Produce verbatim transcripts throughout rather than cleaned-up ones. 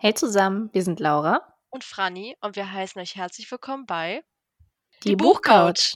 Hey zusammen, wir sind Laura, Und Franni und wir heißen euch herzlich willkommen bei Die die Buchcouch. Buchcouch.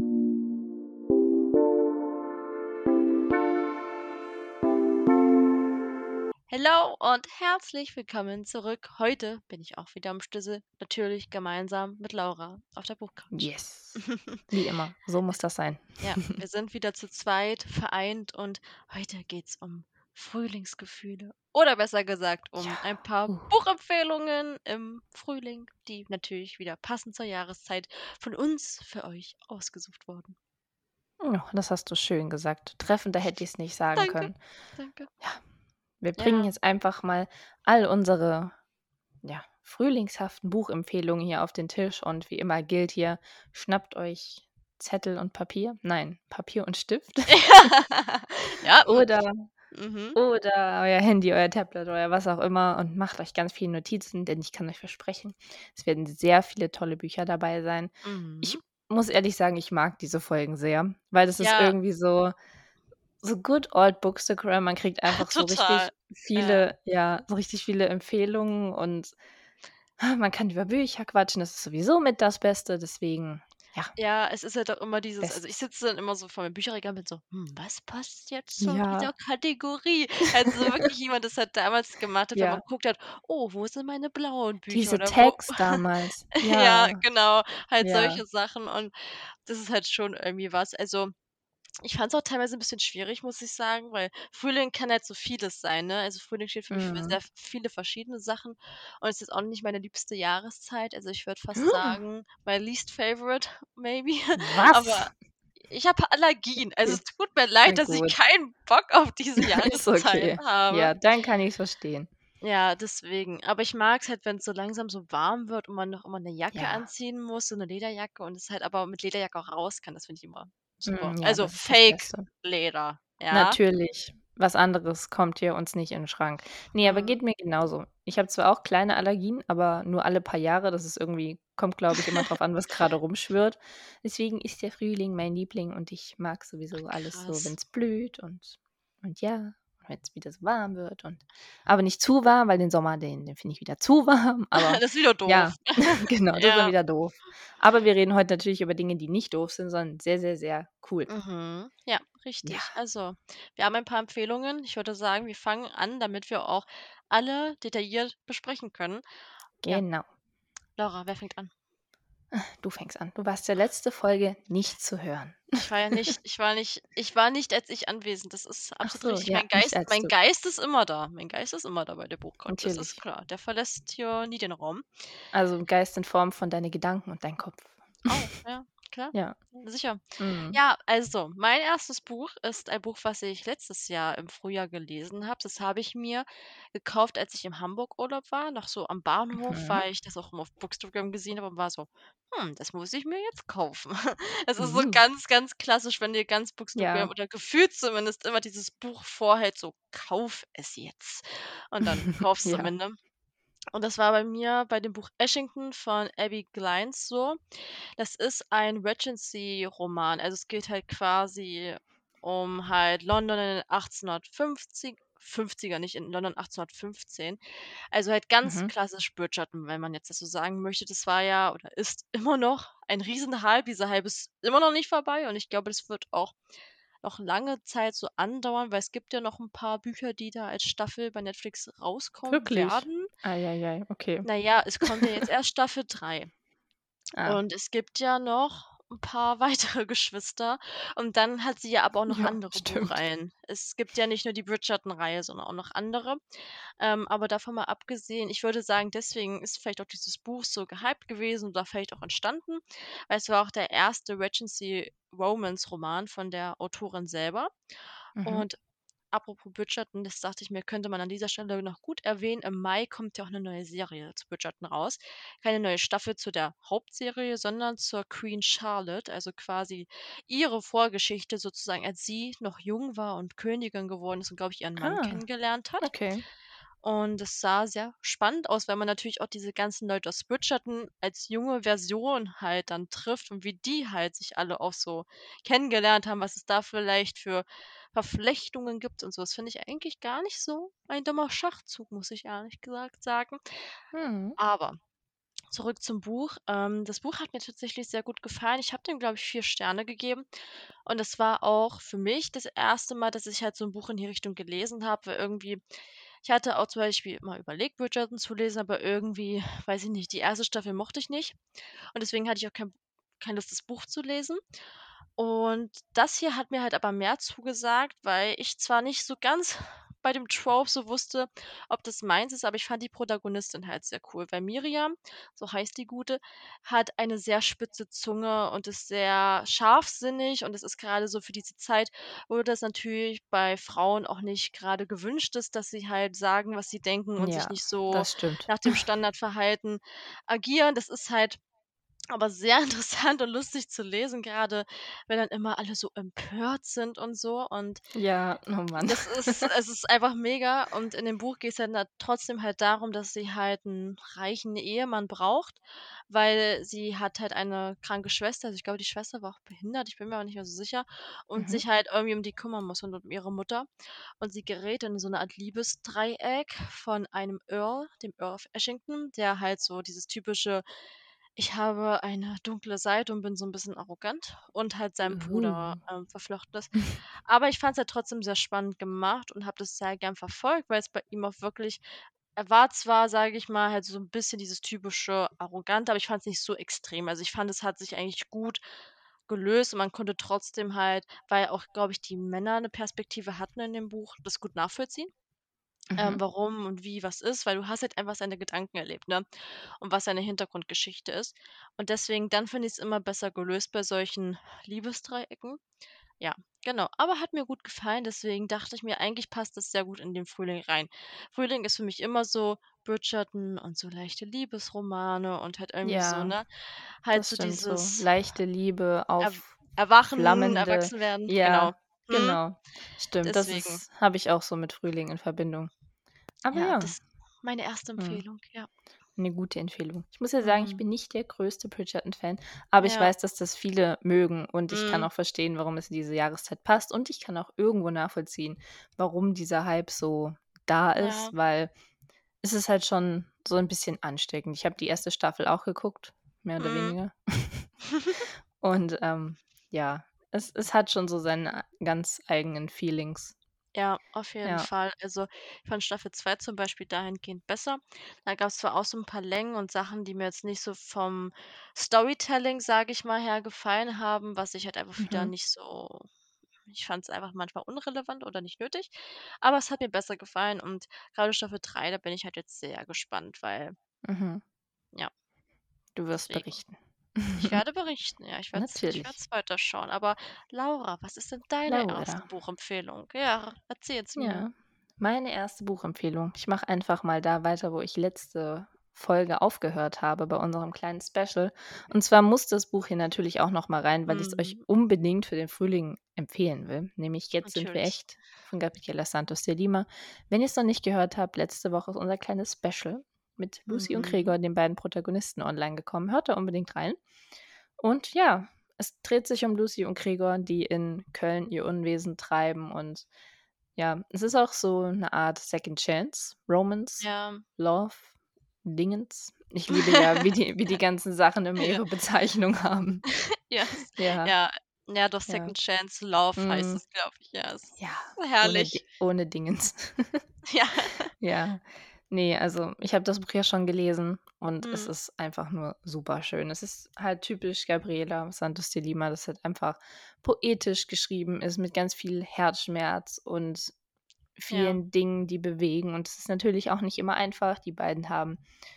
Hello und herzlich willkommen zurück. Heute bin ich auch wieder am Stüssel, natürlich gemeinsam mit Laura auf der Buchcouch. Yes, wie immer, so muss das sein. Ja, wir sind wieder zu zweit vereint und heute geht's um Frühlingsgefühle oder besser gesagt um Ja, ein paar uh, Buchempfehlungen im Frühling, die natürlich wieder passend zur Jahreszeit von uns für euch ausgesucht wurden. ja, das hast du schön gesagt. Treffender hätte ich es nicht sagen Danke, können. danke. Ja, wir bringen Ja. jetzt einfach mal all unsere ja, frühlingshaften Buchempfehlungen hier auf den Tisch und wie immer gilt hier, schnappt euch Zettel und Papier. Nein, Papier und Stift. Ja, hm, Oder mhm. Oder euer Handy, euer Tablet oder was auch immer und macht euch ganz viele Notizen, denn ich kann euch versprechen, es werden sehr viele tolle Bücher dabei sein. Mhm. Ich muss ehrlich sagen, ich mag diese Folgen sehr, weil das ist Ja, irgendwie so so good old Bookstagram. Man kriegt einfach so total. richtig Ja. viele ja, so richtig viele Empfehlungen und ah, man kann über Bücher quatschen. Das ist sowieso mit das Beste, deswegen, ja, Ja, es ist halt auch immer dieses also, ich Bestes. sitze dann immer so vor meinem Bücherregal und bin so: „Hm, was passt jetzt zu dieser Ja, Kategorie?“ Also, wirklich jemand das hat damals gemacht hat, wenn man ja, geguckt hat: „Oh, wo sind meine blauen Bücher?“ diese oder wo Tags damals. ja, Ja, genau, halt ja, solche Sachen und das ist halt schon irgendwie was. Also, ich fand es auch teilweise 'n bisschen schwierig, muss ich sagen, weil Frühling kann halt so vieles sein, ne? Also, Frühling steht für mich für mhm. sehr viele verschiedene Sachen und es ist auch nicht meine liebste Jahreszeit. Also, ich würde fast sagen, my least favorite maybe. Was? Aber ich habe Allergien. Also, Okay, es tut mir na leid, dass ich gut. keinen Bock auf diese Ist Jahreszeit okay. habe. Ja, dann kann ich's verstehen. Ja, deswegen. Aber ich mag's halt, wenn's so langsam so warm wird und man noch immer 'ne Jacke Ja, anziehen muss, so 'ne Lederjacke und es halt aber mit Lederjacke auch raus kann. Das finde ich immer super. mhm, ja, Also, das ist das Beste. Fake-Leder, ja? Natürlich, was anderes kommt hier uns nicht in 'n Schrank. Ne, aber Mhm. geht mir genauso. Ich habe zwar auch kleine Allergien, aber nur alle paar Jahre. Das ist irgendwie kommt, glaube ich, immer drauf an, was grade rumschwirrt. Deswegen ist der Frühling mein Liebling und ich mag Ach sowieso alles so, krass. wenn's blüht und und ja, wenn's wieder so warm wird und aber nicht zu warm, weil den Sommer, den den finde ich wieder zu warm, aber Das ist wieder ja, doof. genau, das ist dann Ja. wieder doof. Aber wir reden heute natürlich über Dinge, die nicht doof sind, sondern sehr, sehr, sehr cool. Mhm. Ja, Ja, richtig. Also, wir haben ein paar Empfehlungen. Ich würde sagen, wir fangen an, damit wir auch alle detailliert besprechen können. Ja, genau. Laura, wer fängt an? Du fängst an. Du warst ja letzte Folge nicht zu hören. Ich war ja nicht ich war nicht ich war nicht als ich anwesend. Das ist Ach absolut so, richtig. ja, Mein nicht Geist als mein du. Geist ist immer da. Mein Geist ist immer da bei der Buchcouch. Das ist Natürlich. klar. Der verlässt hier nie den Raum. Also, Geist in Form von deine Gedanken und dein Kopf. Oh, ja, klar. Ja. Sicher. Mhm. Ja, also, mein erstes Buch ist ein Buch, was ich letztes Jahr im Frühjahr gelesen habe. Das habe ich mir gekauft, als ich in Hamburg Urlaub war. Noch so am Bahnhof, Mhm. weil ich das auch immer auf Bookstagram gesehen habe und war so: „Hm, das muss ich mir jetzt kaufen.“ Es ist so Mhm. ganz, ganz klassisch, wenn dir ganz Bookstagram Ja. oder gefühlt zumindest immer dieses Buch vorhält, so: „Kauf es jetzt.“ Und dann kaufst du am Ja. Ende. Und das war bei mir bei dem Buch „Eschington“ von Abby Glines so. Das ist ein Regency-Roman. Also, es geht halt quasi um halt London in den achtzehnhundertfünfzig fünfziger, nicht in London achtzehnhundertfünfzehn. Also, halt ganz Mhm. klassisch Bridgerton, wenn man jetzt das so sagen möchte. Das war ja oder ist immer noch ein Riesenhype. Dieser Hype ist immer noch nicht vorbei und ich glaube, das wird auch noch lange Zeit so andauern, weil es gibt ja noch ein paar Bücher, die da als Staffel bei Netflix rauskommen Wirklich? werden. Ei, ei, ei, okay. Na ja, es kommt ja jetzt erst Staffel drei. Ah. Und es gibt ja noch 'n paar weitere Geschwister und dann hat sie ja aber auch noch Ja, andere stimmt. Buchreihen. Es gibt ja nicht nur die Bridgerton-Reihe, sondern auch noch andere. Ähm, aber davon mal abgesehen, ich würde sagen, deswegen ist vielleicht auch dieses Buch so gehypt gewesen oder vielleicht auch entstanden, weil es war auch der erste Regency-Romance-Roman von der Autorin selber. Mhm. Und apropos Bridgerton, das dachte ich mir, könnte man an dieser Stelle noch gut erwähnen. Im Mai kommt ja auch 'ne neue Serie zu Bridgerton raus. Keine neue Staffel zu der Hauptserie, sondern zur Queen Charlotte, also quasi ihre Vorgeschichte sozusagen, als sie noch jung war und Königin geworden ist und, glaube ich, ihren Mann Ah, kennengelernt hat. okay. Und es sah sehr spannend aus, weil man natürlich auch diese ganzen Leute aus Bridgerton als junge Version halt dann trifft und wie die halt sich alle auch so kennengelernt haben, was es da vielleicht für Verflechtungen gibt und so. Das finde ich eigentlich gar nicht so ein dummer Schachzug, muss ich ehrlich gesagt sagen. Mhm. Aber zurück zum Buch. Ähm, das Buch hat mir tatsächlich sehr gut gefallen. Ich habe dem, glaube ich, vier Sterne gegeben. Und das war auch für mich das erste Mal, dass ich halt so ein Buch in die Richtung gelesen habe, weil irgendwie ich hatte auch zum Beispiel mal überlegt, Bridgerton zu lesen, aber irgendwie, weiß ich nicht, die erste Staffel mochte ich nicht. Und deswegen hatte ich auch kein keine Lust, das Buch zu lesen. Und das hier hat mir halt aber mehr zugesagt, weil ich zwar nicht so ganz bei dem Trope so wusste, ob das meins ist, aber ich fand die Protagonistin halt sehr cool, weil Miriam, so heißt die Gute, hat eine sehr spitze Zunge und ist sehr scharfsinnig und es ist gerade so für diese Zeit, wo das natürlich bei Frauen auch nicht gerade gewünscht ist, dass sie halt sagen, was sie denken und sich Ja, nicht so das stimmt. nach dem Standardverhalten agieren. Das ist halt aber sehr interessant und lustig zu lesen, gerade wenn dann immer alle so empört sind und so. Und Ja, oh Mann. das ist es ist einfach mega. Und in dem Buch geht's dann da trotzdem halt darum, dass sie halt einen reichen Ehemann braucht, weil sie hat halt eine kranke Schwester. Also, ich glaube, die Schwester war auch behindert, ich bin mir aber nicht mehr so sicher, und Mhm. sich halt irgendwie um die kümmern muss und um ihre Mutter. Und sie gerät in so eine Art Liebesdreieck von einem Earl, dem Earl of Ashington, der halt so dieses typische: „Ich habe eine dunkle Seite und bin so ein bisschen arrogant“, und halt seinem Bruder, Uh. ähm, verflochten ist. Aber ich fand's halt trotzdem sehr spannend gemacht und habe das sehr gern verfolgt, weil es bei ihm auch wirklich er war zwar, sage ich mal, halt so 'n bisschen dieses typische Arrogante, aber ich fand's nicht so extrem. Also, ich fand, es hat sich eigentlich gut gelöst und man konnte trotzdem halt, weil auch, glaube ich, die Männer 'ne Perspektive hatten in dem Buch, das gut nachvollziehen, Mhm. ähm, warum und wie was ist, weil du hast halt einfach seine Gedanken erlebt, ne? Und was seine Hintergrundgeschichte ist. Und deswegen dann finde ich's immer besser gelöst bei solchen Liebesdreiecken. Ja, genau. Aber hat mir gut gefallen, deswegen dachte ich mir, eigentlich passt das sehr gut in den Frühling rein. Frühling ist für mich immer so Bridgerton und so leichte Liebesromane und halt irgendwie so, Ja, ne, halt das so stimmt so. dieses Leichte Liebe, Erw Erwachen, aufflammende, Erwachsenwerden, genau. ja, Mhm, genau. Stimmt, das deswegen. ist habe ich auch so mit Frühling in Verbindung. Aber Ja, ja, das meine erste mhm, Empfehlung, ja. 'ne gute Empfehlung. Ich muss ja sagen, ich Mhm. bin nicht der größte Bridgerton-Fan, aber ich Ja, weiß, dass das viele mögen und ich kann mhm, auch verstehen, warum es in diese Jahreszeit passt und ich kann auch irgendwo nachvollziehen, warum dieser Hype so da ja. ist, weil es ist halt schon so 'n bisschen ansteckend. Ich habe die erste Staffel auch geguckt, mehr oder Mhm. weniger. Und, ähm, ja, es es hat schon so seine ganz eigenen Feelings. Ja, auf jeden Ja. Fall. Also, ich fand Staffel zwei zum Beispiel dahingehend besser. Da gab's zwar auch so 'n paar Längen und Sachen, die mir jetzt nicht so vom Storytelling, sage ich mal, her gefallen haben, was ich halt einfach wieder Mhm. nicht so ich fand's einfach manchmal unrelevant oder nicht nötig, aber es hat mir besser gefallen und grade Staffel drei, da bin ich halt jetzt sehr gespannt, weil Mhm. ja, Du wirst deswegen. berichten. Ich werde berichten, ja, ich werde es ich werde Natürlich. es weiterschauen. Aber Laura, was ist denn deine Laura. erste Buchempfehlung? Ja, erzähl's mir. Ja, meine erste Buchempfehlung. Ich mache einfach mal da weiter, wo ich letzte Folge aufgehört habe bei unserem kleinen Special. Und zwar muss das Buch hier natürlich auch noch mal rein, weil ich's euch Mhm, unbedingt für den Frühling empfehlen will, nämlich „Jetzt sind wir natürlich. echt“ von Gabriela Santos de Lima. Wenn ihr's noch nicht gehört habt, letzte Woche ist unser kleines Special mit Lucy und Mhm. Gregor, den beiden Protagonisten, online gekommen. Hört da unbedingt rein. Und ja, es dreht sich um Lucy und Gregor, die in Köln ihr Unwesen treiben und ja, es ist auch so 'ne Art Second Chance, Romance, Ja. Love, Dingens. Ich liebe ja, wie die wie die ganzen Sachen immer Ja. ihre Bezeichnung haben. Ja, s Ja, ja, ja, doch, ja. Second Chance Love heißt Mhm. es, glaube ich. Ja, es Ja, ist ohne herrlich. Di ohne Dingens. Ja. Ja. Ne, also, ich habe das Buch ja schon gelesen und es Mhm. ist einfach nur superschön. Es ist halt typisch Gabriela Santos de Lima, dass halt einfach poetisch geschrieben ist mit ganz viel Herzschmerz und Ja. vielen Dingen, die bewegen. Und es ist natürlich auch nicht immer einfach. Die beiden haben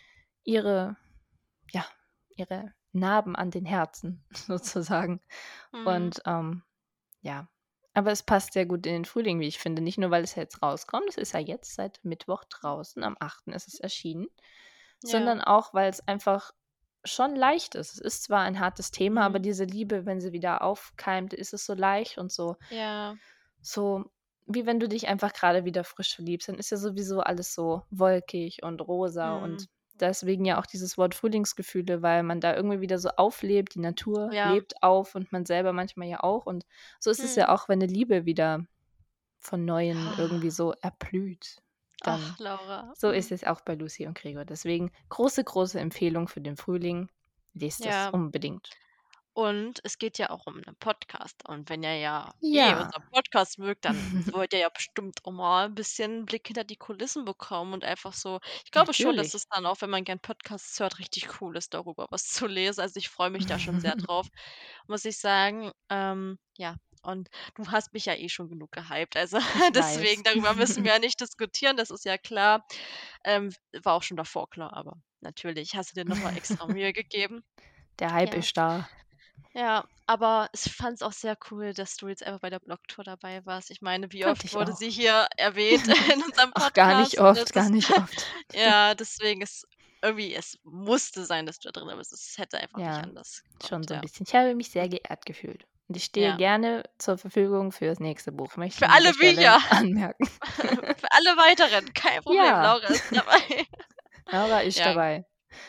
ihre ja, ihre Narben an den Herzen sozusagen. Mhm. Und, ähm, ja, aber es passt sehr gut in den Frühling, wie ich finde. Nicht nur, weil es ja jetzt rauskommt, es ist ja jetzt seit Mittwoch draußen, am achten ist es erschienen, Ja. sondern auch, weil es einfach schon leicht ist. Es ist zwar ein hartes Thema, aber Mhm. diese Liebe, wenn sie wieder aufkeimt, ist es so leicht und so Ja. so wie wenn du dich einfach gerade wieder frisch verliebst, dann ist ja sowieso alles so wolkig und rosa Mhm. und deswegen ja auch dieses Wort Frühlingsgefühle, weil man da irgendwie wieder so auflebt, die Natur Ja. lebt auf und man selber manchmal ja auch und so ist es ja Mhm. auch, wenn 'ne Liebe wieder von Neuem irgendwie Ah. so erblüht, Ach, dann Laura. so ist Mhm. es auch bei Lucy und Gregor. Deswegen große, große Empfehlung für den Frühling. Lest das Ja. unbedingt. Und es geht ja auch um 'nen Podcast. Und wenn ihr ja eh Ja. unseren Podcast mögt, dann wollt ihr ja bestimmt auch mal 'n bisschen Blick hinter die Kulissen bekommen und einfach so ich glaube schon, dass Natürlich. es dann auch, wenn man gern Podcasts hört, richtig cool ist, darüber was zu lesen. Also, ich freue mich da schon sehr drauf, muss ich sagen. Ähm, ja, und du hast mich ja eh schon genug gehypt. Also, Ich weiß. deswegen, darüber müssen wir ja nicht diskutieren, das ist ja klar. Ähm, war auch schon davor klar, aber natürlich hast du dir noch mal extra Mühe gegeben. Der Hype Ja. ist da. Ja, aber ich fand's auch sehr cool, dass du jetzt einfach bei der Blogtour dabei warst. Ich meine, wie Fand oft ich wurde sie auch. hier erwähnt in unserem Ach, gar nicht Podcast? Das oft, gar ist nicht oft. ja, deswegen ist irgendwie es musste sein, dass du da drin bist. Es hätte einfach nicht Ja, anders schon gekonnt, so 'n ja. bisschen. Ich habe mich Hm. sehr geehrt gefühlt und ich stehe Ja. gerne zur Verfügung für's nächste Buch, möchte ich Für an dieser alle Stelle Bücher. anmerken. Für alle weiteren, kein Problem. Ja. Laura ist dabei. Laura ist Ja. dabei.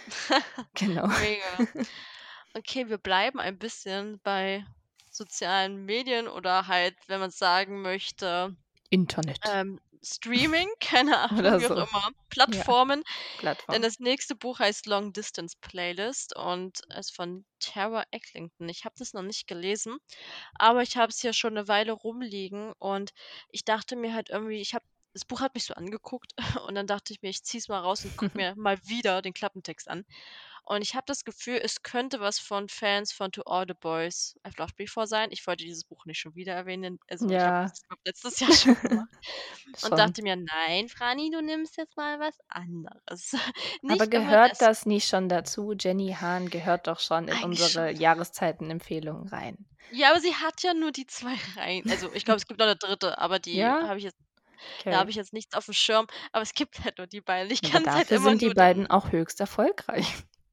Genau. Mega. Okay, wir bleiben ein bisschen bei sozialen Medien oder halt, wenn man's sagen möchte, Internet. ähm, Streaming, keine Ahnung, Oder wie auch so. immer, Ja, Plattformen. Denn Plattform. das nächste Buch heißt „Long Distance Playlist“ und ist von Tara Ecklington. Ich habe das noch nicht gelesen, aber ich habe es hier schon 'ne Weile rumliegen und ich dachte mir halt irgendwie ich habe das Buch hat mich so angeguckt und dann dachte ich mir: „Ich ziehe es mal raus und gucke mir mal wieder den Klappentext an.“ Und ich habe das Gefühl, es könnte was von Fans von „To All the Boys I've Loved Before“ sein. Ich wollte dieses Buch nicht schon wieder erwähnen. Also, ich habe Ja. das, glaube letztes Jahr schon gemacht und Schon. dachte mir: „Nein, Franni, du nimmst jetzt mal was anderes.“ Aber Nicht immer gehört das. das nicht schon dazu? Jenny Han gehört doch schon in Eigentlich schon. unsere Jahreszeiten-Empfehlungen rein. Ja, aber sie hat ja nur die zwei Reihen. Also, ich glaube, es gibt noch 'ne dritte, aber die Ja? habe ich jetzt da habe Okay. ich jetzt nichts auf'm Schirm, aber es gibt halt nur die beiden. Ich Aber kann's halt dafür immer sind die nur beiden dann auch höchst erfolgreich.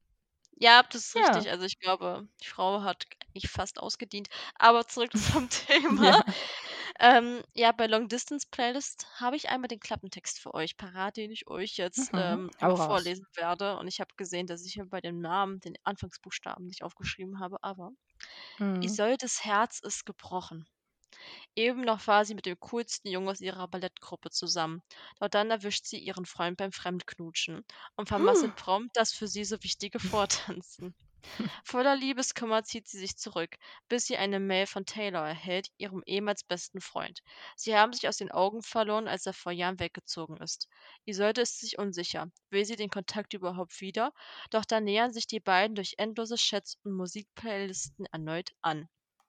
Ja, das ist richtig. Ja. Also, ich glaube, die Frau hat eigentlich fast ausgedient. Aber zurück zum Thema. Ja. Ähm, ja, bei „Long Distance Playlist“ habe ich einmal den Klappentext für euch parat, den ich euch jetzt, Mhm. ähm, Hau einmal raus. vorlesen werde. Und ich habe gesehen, dass ich hier bei dem Namen den Anfangsbuchstaben nicht aufgeschrieben habe, aber Mhm. „Isoldes Herz ist gebrochen. Eben noch war sie mit dem coolsten Jungen aus ihrer Ballettgruppe zusammen. Doch dann erwischt sie ihren Freund beim Fremdknutschen und vermasselt prompt das für sie so wichtige Vortanzen. Voller Liebeskummer zieht sie sich zurück, bis sie eine Mail von Taylor erhält, ihrem ehemals besten Freund. Sie haben sich aus den Augen verloren, als er vor Jahren weggezogen ist. Isolde ist sich unsicher. Will sie den Kontakt überhaupt wieder? Doch dann nähern sich die beiden durch endlose Chats und Musikplaylisten erneut an.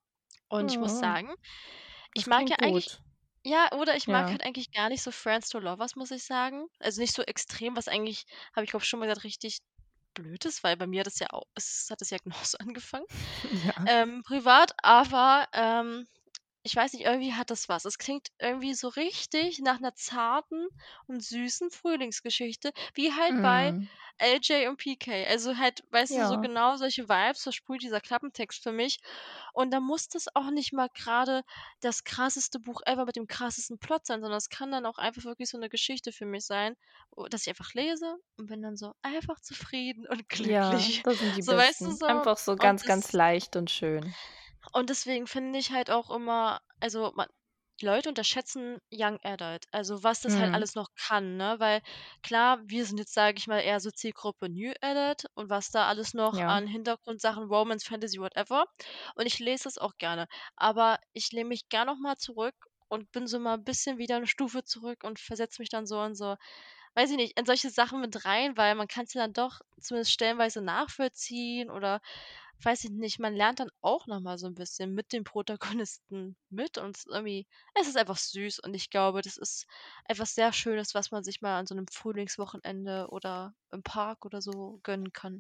Und ich muss Mhm. sagen, ich Das mag klingt ja eigentlich gut. ja, oder ich mag Ja. halt eigentlich gar nicht so Friends to Lovers, muss ich sagen. Also, nicht so extrem, was eigentlich, habe ich glaube schon mal gesagt, richtig blöd ist, weil bei mir hat es ja au es hat es ja genauso angefangen, Ja. ähm, privat. Aber, ähm, ich weiß nicht, irgendwie hat das was. Es klingt irgendwie so richtig nach 'ner zarten und süßen Frühlingsgeschichte, wie halt bei Mhm. L.J. und P K. Also, halt, weißt du, so Ja. genau solche Vibes versprüht dieser Klappentext für mich. Und da muss das auch nicht mal grade das krasseste Buch ever mit dem krassesten Plot sein, sondern es kann dann auch einfach wirklich so 'ne Geschichte für mich sein, o dass ich einfach lese und bin dann so einfach zufrieden und Ja, glücklich. das sind die So, weißt du, besten. so? Einfach so Und ganz, ganz das leicht und schön. und deswegen finde ich halt auch immer also, man Leute unterschätzen Young Adult, also, was das halt Mhm. alles noch kann, ne? Weil klar, wir sind jetzt, sage ich mal, eher so Zielgruppe New Adult und was da alles noch Ja. an Hintergrundsachen, Romance, Fantasy, whatever. Und ich lese das auch gerne. Aber ich lehne mich gern noch mal zurück und bin so mal 'n bisschen wieder 'ne Stufe zurück und versetze mich dann so in so weiß ich nicht, in solche Sachen mit rein, weil man kann's ja dann doch zumindest stellenweise nachvollziehen oder weiß ich nicht, man lernt dann auch noch mal so 'n bisschen mit dem Protagonisten mit und es irgendwie es ist einfach süß und ich glaube, das ist etwas sehr Schönes, was man sich mal an so 'nem Frühlingswochenende oder im Park oder so gönnen kann.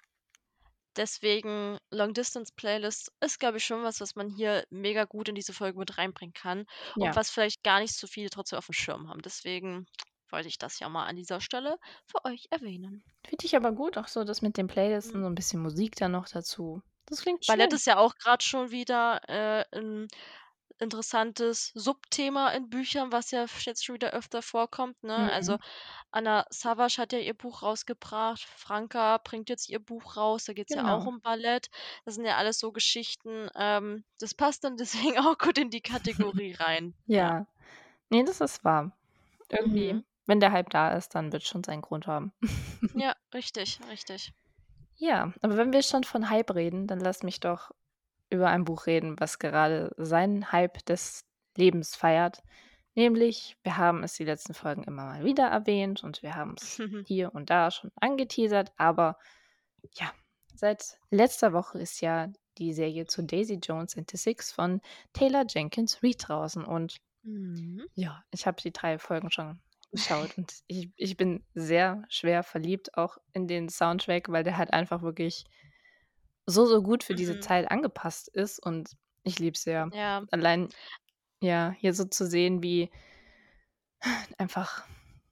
Deswegen Long Distance Playlist ist, glaube ich, schon was, was man hier mega gut in diese Folge mit reinbringen kann und Ja. was vielleicht gar nicht so viele trotzdem auf'm Schirm haben. Deswegen wollte ich das ja mal an dieser Stelle für euch erwähnen. Finde ich aber gut, auch so das mit den Playlisten, Mhm. so 'n bisschen Musik dann noch dazu. Das klingt Ballett schön. ist ja auch grad schon wieder, äh, in interessantes Subthema in Büchern, was ja f jetzt schon wieder öfter vorkommt, ne? Also, Mhm. Anna Savas hat ja ihr Buch rausgebracht, Franka bringt jetzt ihr Buch raus, da geht's ja auch Genau. um Ballett. Das sind ja alles so Geschichten, ähm, das passt dann deswegen auch gut in die Kategorie rein, ja. Ja. Ne, das ist wahr. Mhm. Irgendwie, wenn der Hype da ist, dann wird's schon seinen Grund haben. Ja, richtig, richtig. Ja, aber wenn wir schon von Hype reden, dann lass mich doch über ein Buch reden, was gerade seinen Hype des Lebens feiert. Nämlich, wir haben es die letzten Folgen immer mal wieder erwähnt und wir haben's hier und da schon angeteasert, aber ja, seit letzter Woche ist ja die Serie zu Daisy Jones and the Six von Taylor Jenkins Reid draußen und Mhm. ja, ich habe die drei Folgen schon geschaut und ich ich bin sehr schwer verliebt auch in den Soundtrack, weil der halt einfach wirklich so, so gut für diese Mhm. Zeit angepasst ist und ich liebe es sehr. Ja. Allein, ja, hier so zu sehen, wie einfach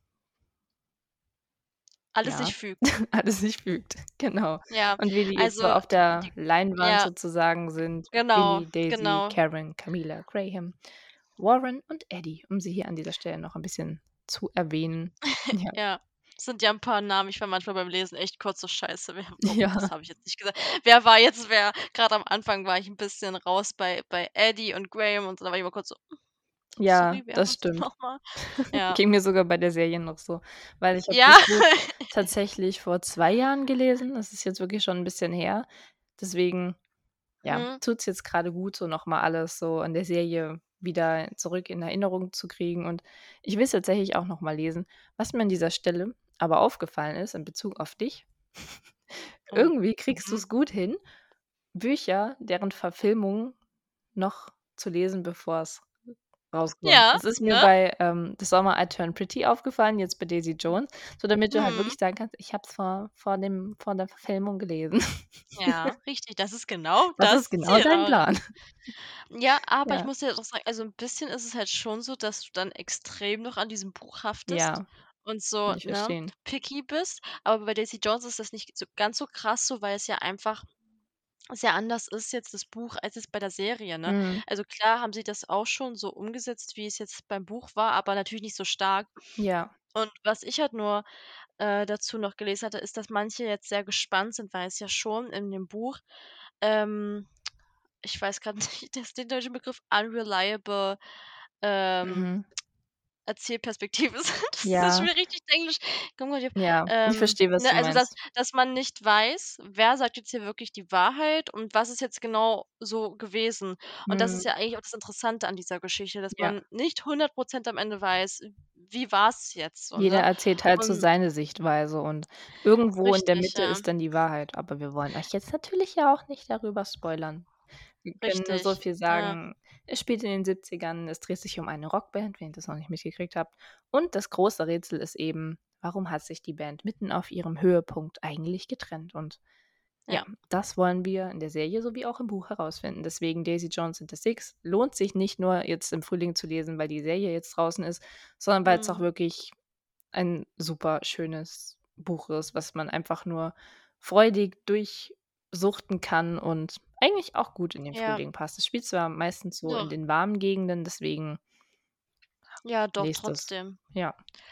Alles ja, sich fügt. alles sich fügt, genau. Ja, Und wie die jetzt so also auf die der die Leinwand ja. sozusagen sind: Genau, Billy, Daisy, genau. Karen, Camila, Graham, Warren und Eddie, um sie hier an dieser Stelle noch ein bisschen zu erwähnen. Ja. Ja, sind ja 'n paar Namen. Ich war manchmal beim Lesen echt kurz so: „Scheiße, wer oh, das Ja. habe ich jetzt nicht gesagt. Wer war jetzt wer?“ Grad am Anfang war ich 'n bisschen raus bei bei Eddie und Graham und so, da war ich immer kurz so: „Hm, Ja, sorry, wer das war's denn stimmt. noch mal?“ Ja. Ging mir sogar bei der Serie noch so, weil ich habe Ja. das Buch tatsächlich vor zwei Jahren gelesen. Das ist jetzt wirklich schon 'n bisschen her. Deswegen, ja, Mhm. tut's jetzt grade gut, so noch mal alles so an der Serie wieder zurück in Erinnerung zu kriegen und ich will's tatsächlich auch noch mal lesen. Was mir an dieser Stelle aber aufgefallen ist in Bezug auf dich, Oh, irgendwie kriegst mhm. du's gut hin, Bücher, deren Verfilmung noch zu lesen, bevor es rauskommt. Ja, Das ist mir ne? bei, ähm, „The Summer I Turned Pretty“ aufgefallen, jetzt bei Daisy Jones, so damit du halt Mhm. wirklich sagen kannst: „Ich habe es vor vor dem vor der Verfilmung gelesen.“ Ja, richtig, das ist genau Das ist das genau Ziel dein daran. Plan. Ja, aber ich Ja. muss dir jetzt auch sagen, also 'n bisschen ist es halt schon so, dass du dann extrem noch an diesem Buch haftest Ja, und kann so, ich ne, verstehen. picky bist. Aber bei Daisy Jones ist das nicht so ganz so krass so, weil es ja einfach sehr anders ist jetzt das Buch als jetzt bei der Serie, ne? Mhm. Also klar haben sie das auch schon so umgesetzt, wie es jetzt beim Buch war, aber natürlich nicht so stark. Ja. Und was ich halt nur, äh, dazu noch gelesen hatte, ist, dass manche jetzt sehr gespannt sind, weil es ja schon in dem Buch, ähm ich weiß grad nicht das den deutschen Begriff unreliable, ähm, Mhm. Erzählperspektive sind. Das ist schon Ja. wieder richtig Englisch. Komme grad nicht auf Ja, ich ähm, verstehe, was ne, du also dass meinst. dass man nicht weiß, wer sagt jetzt hier wirklich die Wahrheit und was ist jetzt genau so gewesen. Und das ist Mhm. ja eigentlich auch das Interessante an dieser Geschichte, dass Ja. man nicht hundert Prozent am Ende weiß, wie war's jetzt so, Jeder ne? erzählt halt so Und seine Sichtweise und irgendwo in der Richtig, Mitte ja. ist dann die Wahrheit, aber wir wollen euch jetzt natürlich ja auch nicht darüber spoilern. Wir können nur so Richtig, viel ja. sagen, es spielt in den Siebzigern, es dreht sich um eine Rockband, wenn ihr das noch nicht mitgekriegt habt. Und das große Rätsel ist eben, warum hat sich die Band mitten auf ihrem Höhepunkt eigentlich getrennt? Und ja, Ja. das wollen wir in der Serie sowie auch im Buch herausfinden. Deswegen Daisy Jones and the Six lohnt sich nicht nur jetzt im Frühling zu lesen, weil die Serie jetzt draußen ist, sondern weil's auch Mhm. wirklich ein super schönes Buch ist, was man einfach nur freudig durchsuchten kann und eigentlich auch gut in den Ja. Frühling passt. Es spielt zwar meistens so in Ja. den warmen Gegenden, deswegen Ja, doch, lest es. trotzdem. Ja.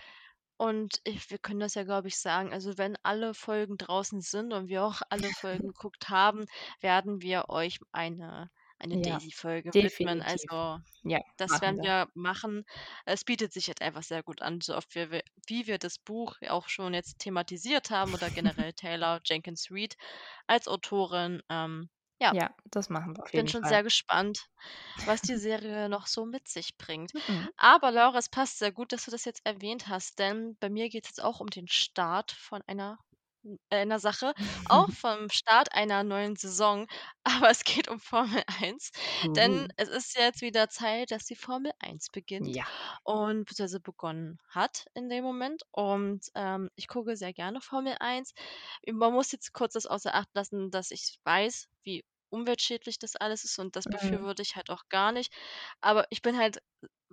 Und ich wir können das ja, glaube ich, sagen, also wenn alle Folgen draußen sind und wir auch alle Folgen geguckt haben, werden wir euch eine eine Ja, Daisy-Folge widmen. definitiv. Also, Ja, das machen werden wir. wir machen. Es bietet sich jetzt einfach sehr gut an, so oft wir wir wie wir das Buch auch schon jetzt thematisiert haben oder generell Taylor Jenkins Reid als Autorin. Ähm, ja. Ja, das machen wir auf Ich bin jeden schon Fall. sehr gespannt, was die Serie noch so mit sich bringt. Mhm. Aber Laura, es passt sehr gut, dass du das jetzt erwähnt hast, denn bei mir geht's jetzt auch um den Start von einer n äh, 'ner Sache, auch vom Start einer neuen Saison, aber es geht um Formel Eins, denn Uh. es ist jetzt wieder Zeit, dass die Formel Eins beginnt Ja. und beziehungsweise begonnen hat in dem Moment. Und, ähm, ich gucke sehr gerne Formel Eins. Man muss jetzt kurz das außer Acht lassen, dass ich weiß, wie umweltschädlich das alles ist und das Mhm. befürworte ich halt auch gar nicht. Aber ich bin halt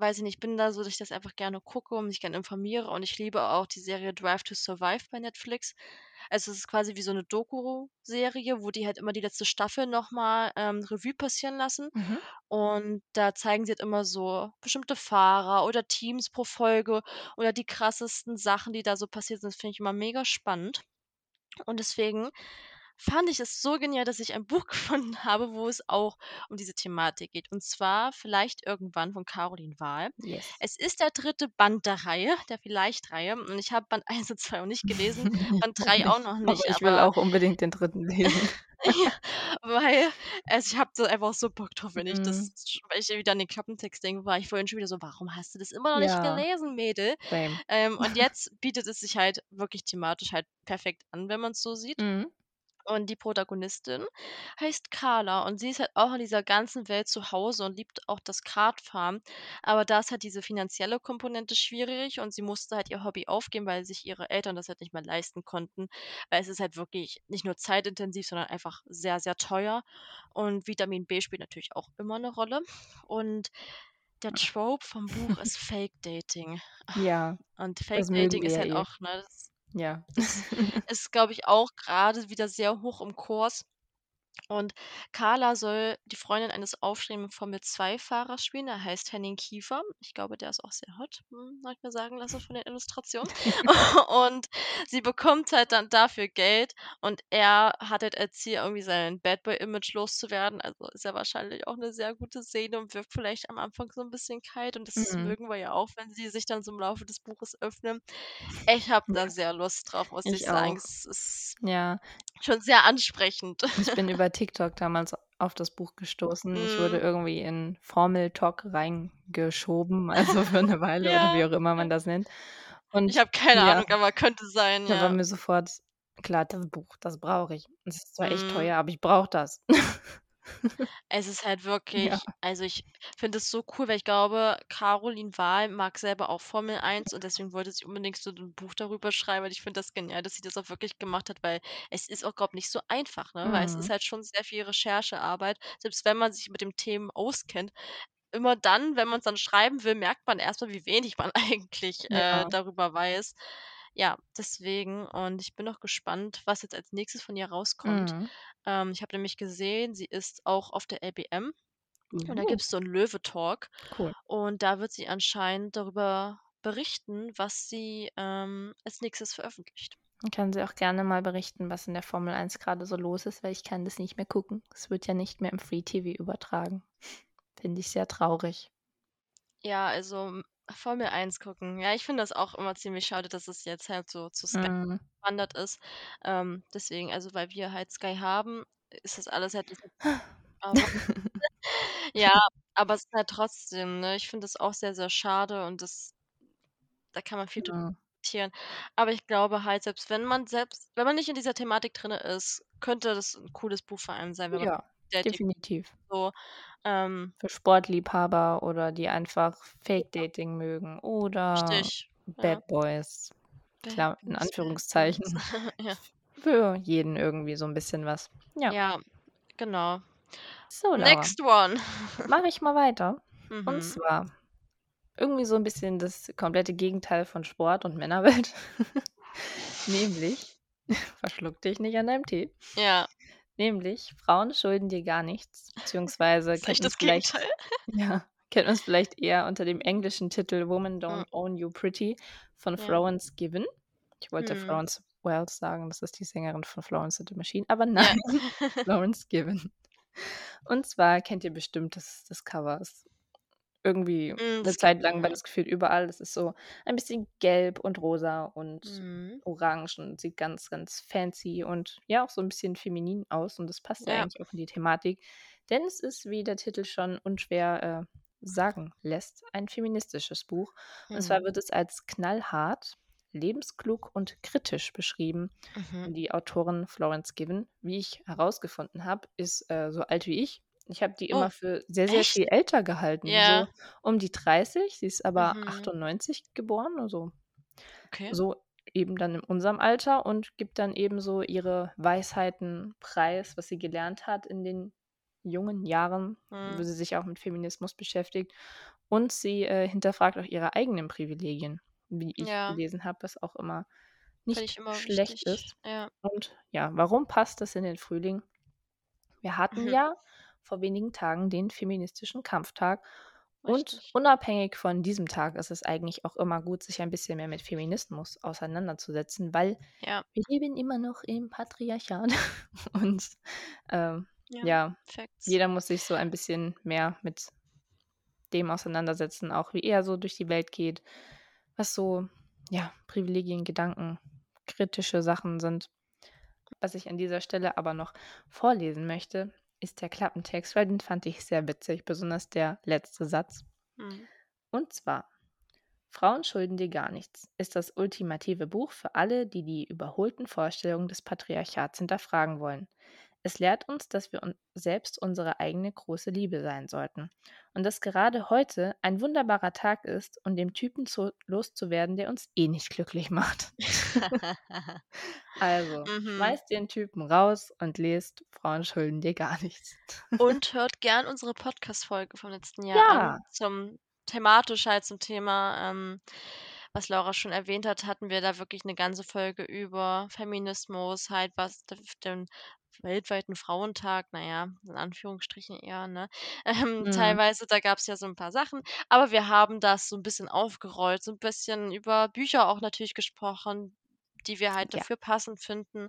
weiß ich nicht, ich bin da so, dass ich das einfach gerne gucke und mich gerne informiere und ich liebe auch die Serie Drive to Survive bei Netflix. Also, es ist quasi wie so 'ne Doku-Serie, wo die halt immer die letzte Staffel noch mal, ähm, Revue passieren lassen Mhm. und da zeigen sie halt immer so bestimmte Fahrer oder Teams pro Folge oder die krassesten Sachen, die da so passiert sind. Das finde ich immer mega spannend. Und deswegen fand ich es so genial, dass ich ein Buch gefunden habe, wo es auch um diese Thematik geht. Und zwar „Vielleicht irgendwann“ von Caroline Wahl. Yes. Es ist der dritte Band der Reihe, der Vielleicht-Reihe und ich habe Band eins und zwei auch nicht gelesen, Ich Band auch drei auch nicht, noch aber nicht, ich will aber auch unbedingt den dritten lesen. ja, weil also, ich habe da einfach so Bock drauf, wenn ich das Mhm. sch weil ich wieder an den Klappentext denke, war ich vorhin schon wieder so: „Warum hast du das immer noch nicht Ja, gelesen, Mädel?“ same. Ähm, und jetzt bietet es sich halt wirklich thematisch halt perfekt an, wenn man's so sieht. Mhm. Und die Protagonistin heißt Carla und sie ist halt auch in dieser ganzen Welt zu Hause und liebt auch das Kartfahren. Aber da ist halt diese finanzielle Komponente schwierig und sie musste halt ihr Hobby aufgeben, weil sich ihre Eltern das halt nicht mehr leisten konnten, weil es ist halt wirklich nicht nur zeitintensiv, sondern einfach sehr, sehr teuer und Vitamin B spielt natürlich auch immer 'ne Rolle. Und der Trope vom Buch ist Fake Dating. Ja, Und Fake das mögen Dating wir ist ja halt eh. auch, ne, das Ja. das ist, glaube ich, auch grade wieder sehr hoch im Kurs. Und Carla soll die Freundin eines aufstrebenden Formel-zwei-Fahrers spielen, der heißt Henning Kiefer. Ich glaube, der ist auch sehr hot, hm, habe ich mir sagen lassen von den Illustrationen. Und sie bekommt halt dann dafür Geld und er hat halt als Ziel, irgendwie sein Bad-Boy-Image loszuwerden. Also, ist ja wahrscheinlich auch 'ne sehr gute Szene und wirkt vielleicht am Anfang so 'n bisschen kalt und das Mhm. mögen wir ja auch, wenn sie sich dann so im Laufe des Buches öffnen. Ich habe Ja, da sehr Lust drauf, muss ich ich sagen. auch. Es ist Ja. schon sehr ansprechend. Ich bin über TikTok damals auf das Buch gestoßen. Ich wurde Mhm. irgendwie in Formel-Talk reingeschoben, also, für 'ne Weile oder wie Ja, auch immer man ja. das nennt. Ich Und habe keine ja, Ahnung, aber könnte sein, da war ja. mir sofort klar: „Das Buch, das brauche ich.“ Es ist zwar echt Mhm. teuer, aber ich brauche das. Es ist halt Ja. wirklich also, ich finde es so cool, weil ich glaube, Caroline Wahl mag selber auch Formel eins und deswegen wollte sie unbedingt so 'n Buch darüber schreiben und ich finde das genial, dass sie das auch wirklich gemacht hat, weil es ist auch, glaube nicht so einfach, ne? Weil es ist Mhm. halt schon sehr viel Recherchearbeit, selbst wenn man sich mit den Themen auskennt. Immer dann, wenn man's dann schreiben will, merkt man erst mal, wie wenig man eigentlich, äh, Ja. darüber weiß. Ja, deswegen und ich bin auch gespannt, was jetzt als Nächstes von ihr rauskommt. Mhm. Ähm, ich habe nämlich gesehen, sie ist auch auf der L B M und da Uh. gibt's so 'n Löwe-Talk Cool. und da wird sie anscheinend darüber berichten, was sie, ähm, als Nächstes veröffentlicht. Dann kann sie auch gerne mal berichten, was in der Formel eins grade so los ist, weil ich kann das nicht mehr gucken. Es wird ja nicht mehr im Free-TV übertragen. Finde ich sehr traurig. Ja, also, hm, Formel eins gucken. Ja, ich finde das auch immer ziemlich schade, dass es jetzt halt so zu Sky Mhm. gewandert ist. Ähm, deswegen also, weil wir halt Sky haben, ist das alles halt aber ja, aber es ist halt trotzdem, ne? Ich finde das auch sehr, sehr schade und das da kann man viel drüber Mhm. diskutieren. Aber ich glaube halt, selbst wenn man selbst wenn man nicht in dieser Thematik drinne ist, könnte das 'n cooles Buch vor allem sein, wenn man Ja, Dating definitiv. so, ähm Für Sportliebhaber oder die einfach Ja. Fake-Dating mögen oder Richtig, ja. Bad Boys, Bad klar, in Boys, Bad Boys. Anführungszeichen. Ja. F für jeden irgendwie so 'n bisschen was. Ja. Ja, genau. So, Laura, Next one. mache ich mal weiter. Und Mhm. zwar irgendwie so 'n bisschen das komplette Gegenteil von Sport und Männerwelt, nämlich verschluck dich nicht an deinem Tee. Ja. Nämlich Frauen schulden dir gar nichts, beziehungsweise Ist kennt echt man's das vielleicht Gegenteil. ja, kennt man's vielleicht eher unter dem englischen Titel „Women Hm. Don't Owe You Pretty“ von Ja. Florence Given. Ich wollte Mhm. Florence Welch sagen, das ist die Sängerin von Florence and the Machine, aber Ja. nein, Florence Given. Und zwar kennt ihr bestimmt das das Cover. Ist irgendwie Hm, 'ne das kennt Zeit man, lang war ja. das gefühlt überall. Das ist so ein bisschen gelb und rosa und Mhm. orange und sieht ganz, ganz fancy und ja auch so 'n bisschen feminin aus und das passt ja Ja. eigentlich auch in die Thematik, denn es ist, wie der Titel schon unschwer, äh, sagen lässt, ein feministisches Buch. Und zwar Mhm. wird es als knallhart, lebensklug und kritisch beschrieben. Mhm. Und die Autorin Florence Given, wie ich herausgefunden habe, ist, äh, so alt wie ich. Ich habe die Oh, immer für sehr, sehr echt? viel älter gehalten, Ja. so um die dreißig. Sie ist aber Mhm. achtundneunzig geboren, also Okay. so eben dann in unserem Alter und gibt dann eben so ihre Weisheiten preis, was sie gelernt hat in den jungen Jahren, wo Mhm. sie sich auch mit Feminismus beschäftigt. Und sie, äh, hinterfragt auch ihre eigenen Privilegien, wie ich Ja. gelesen habe, was auch immer Finde ich nicht immer schlecht wichtig, ist. ja. Und ja, warum passt das in den Frühling? Wir hatten Mhm. ja vor wenigen Tagen den feministischen Kampftag und Richtig. unabhängig von diesem Tag ist es eigentlich auch immer gut, sich ein bisschen mehr mit Feminismus auseinanderzusetzen, weil Ja. wir leben immer noch im Patriarchat und, ähm, Ja, ja, Facts. jeder muss sich so ein bisschen mehr mit dem auseinandersetzen, auch wie er so durch die Welt geht, was so, ja, Privilegien, Gedanken, kritische Sachen sind. Was ich an dieser Stelle aber noch vorlesen möchte, ist der Klappentext, weil den fand ich sehr witzig, besonders der letzte Satz. Mhm. Und zwar: „Frauen schulden dir gar nichts“ ist das ultimative Buch für alle, die die überholten Vorstellungen des Patriarchats hinterfragen wollen. Es lehrt uns, dass wir un selbst unsere eigene große Liebe sein sollten und dass gerade heute ein wunderbarer Tag ist, um dem Typen zu loszuwerden, der uns eh nicht glücklich macht. Also, Mhm. schmeißt den Typen raus und lest „Frauen schulden dir gar nichts.“ Und hört gern unsere Podcast-Folge vom letzten Jahr an Ja. zum thematisch halt zum Thema, ähm, was Laura schon erwähnt hat, hatten wir da wirklich 'ne ganze Folge über Feminismus, halt was d f den weltweiten Frauentag, na ja, in Anführungsstrichen eher, ne? Ähm, Mhm. teilweise, da gab's ja so 'n paar Sachen, aber wir haben das so 'n bisschen aufgerollt, so 'n bisschen über Bücher auch natürlich gesprochen, die wir halt Ja. dafür passend finden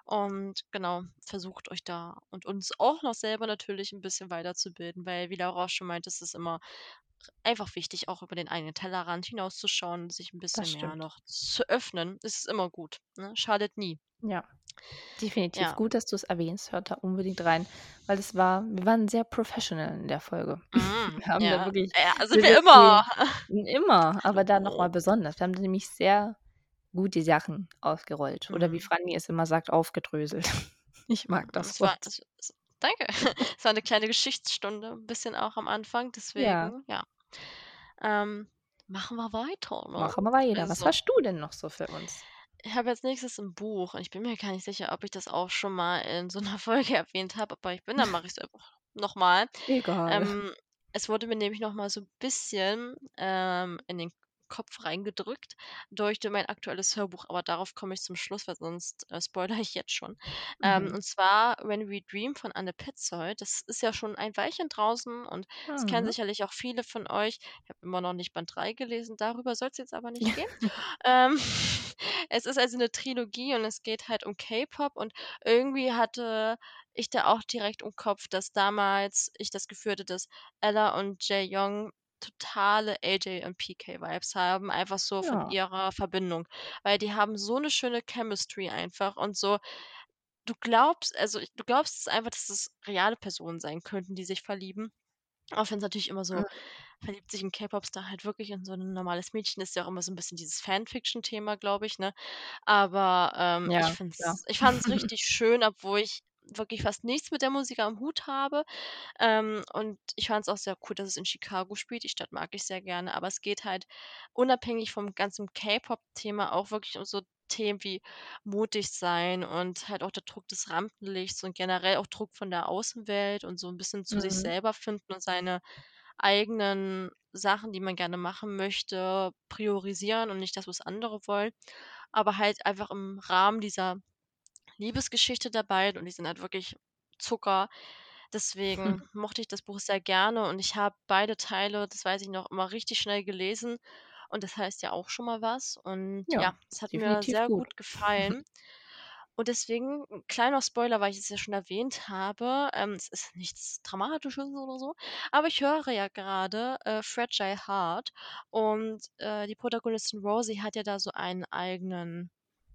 und genau, versucht euch da und uns auch noch selber natürlich 'n bisschen weiterzubilden, weil wie Laura auch schon meinte, es ist immer einfach wichtig, auch über den eigenen Tellerrand hinauszuschauen, sich 'n Das bisschen mehr stimmt. noch zu öffnen. Es ist immer gut, ne? Schadet nie. Ja, definitiv. Ja. Gut, dass du's erwähnst. Hört da unbedingt rein, weil es war wir waren sehr professional in der Folge. Mhm, Wir haben da ja. wirklich Ja, sind sehr, wir sehr immer. viel immer, aber da noch Hallo. mal besonders. Wir haben da nämlich sehr gut die Sachen ausgerollt oder wie Mhm. Franji es immer sagt, aufgedröselt. Ich mag Mhm, das es war Wort. es es danke. Es war 'ne kleine Geschichtsstunde, 'n bisschen auch am Anfang, Ja. deswegen, ja. Ähm, machen wir weiter, ne? Machen wir weiter. Was Also hast du denn noch so für uns? ich habe als Nächstes 'n Buch und ich bin mir gar nicht sicher, ob ich das auch schon mal in so 'ner Folge erwähnt habe, aber ich wenn, dann mache ich's einfach noch mal. Egal. Ähm, es wurde mir nämlich noch mal so 'n bisschen, ähm, in den Kopf reingedrückt durch d mein aktuelles Hörbuch, aber darauf komme ich zum Schluss, weil sonst, äh, spoilere ich jetzt schon. Ähm, Mhm. und zwar „When We Dream“ von Anne Petzold. Das ist ja schon ein Weilchen draußen und das kennen Mhm. sicherlich auch viele von euch. Ich habe immer noch nicht Band drei gelesen, darüber soll's jetzt aber nicht gehen. Ähm, es ist also 'ne Trilogie und es geht halt um K-Pop und irgendwie hatte ich da auch direkt im Kopf, dass damals ich das Gefühl hatte, dass Ella und Jaeyoung totale A-J und P-K-Vibes haben, einfach so von Ja. ihrer Verbindung, weil die haben so 'ne schöne Chemistry einfach und so du glaubst also, ich du glaubst es einfach, dass es reale Personen sein könnten, die sich verlieben. Auch wenn's natürlich immer so Mhm. verliebt sich 'n K-Pop-Star halt wirklich in so 'n normales Mädchen, ist ja auch immer so 'n bisschen dieses Fanfiction-Thema, glaube ich, ne? Aber, ähm, ich Ja, finde klar. es ich fand's richtig schön, obwohl ich wirklich fast nichts mit der Musik am Hut habe. Ähm, und ich fand's auch sehr cool, dass es in Chicago spielt. Die Stadt mag ich sehr gerne, aber es geht halt unabhängig vom ganzen K-Pop-Thema auch wirklich um so Themen wie mutig sein und halt auch der Druck des Rampenlichts und generell auch Druck von der Außenwelt und so 'n bisschen zu sich Mhm. selber finden und seine eigenen Sachen, die man gerne machen möchte, priorisieren und nicht das, was andere wollen. Aber halt einfach im Rahmen dieser Liebesgeschichte dabei und die sind halt wirklich Zucker. Deswegen mochte ich das Buch sehr gerne und ich habe beide Teile, das weiß ich noch, immer richtig schnell gelesen und das heißt ja auch schon mal was und Ja, ja, es hat mir definitiv sehr gut. gut gefallen. Und deswegen 'n kleiner Spoiler, weil ich es ja schon erwähnt habe, ähm, es ist nichts Dramatisches oder so, aber ich höre ja gerade, äh, „Fragile Heart“ und, äh, die Protagonistin Rosie hat ja da so einen eigenen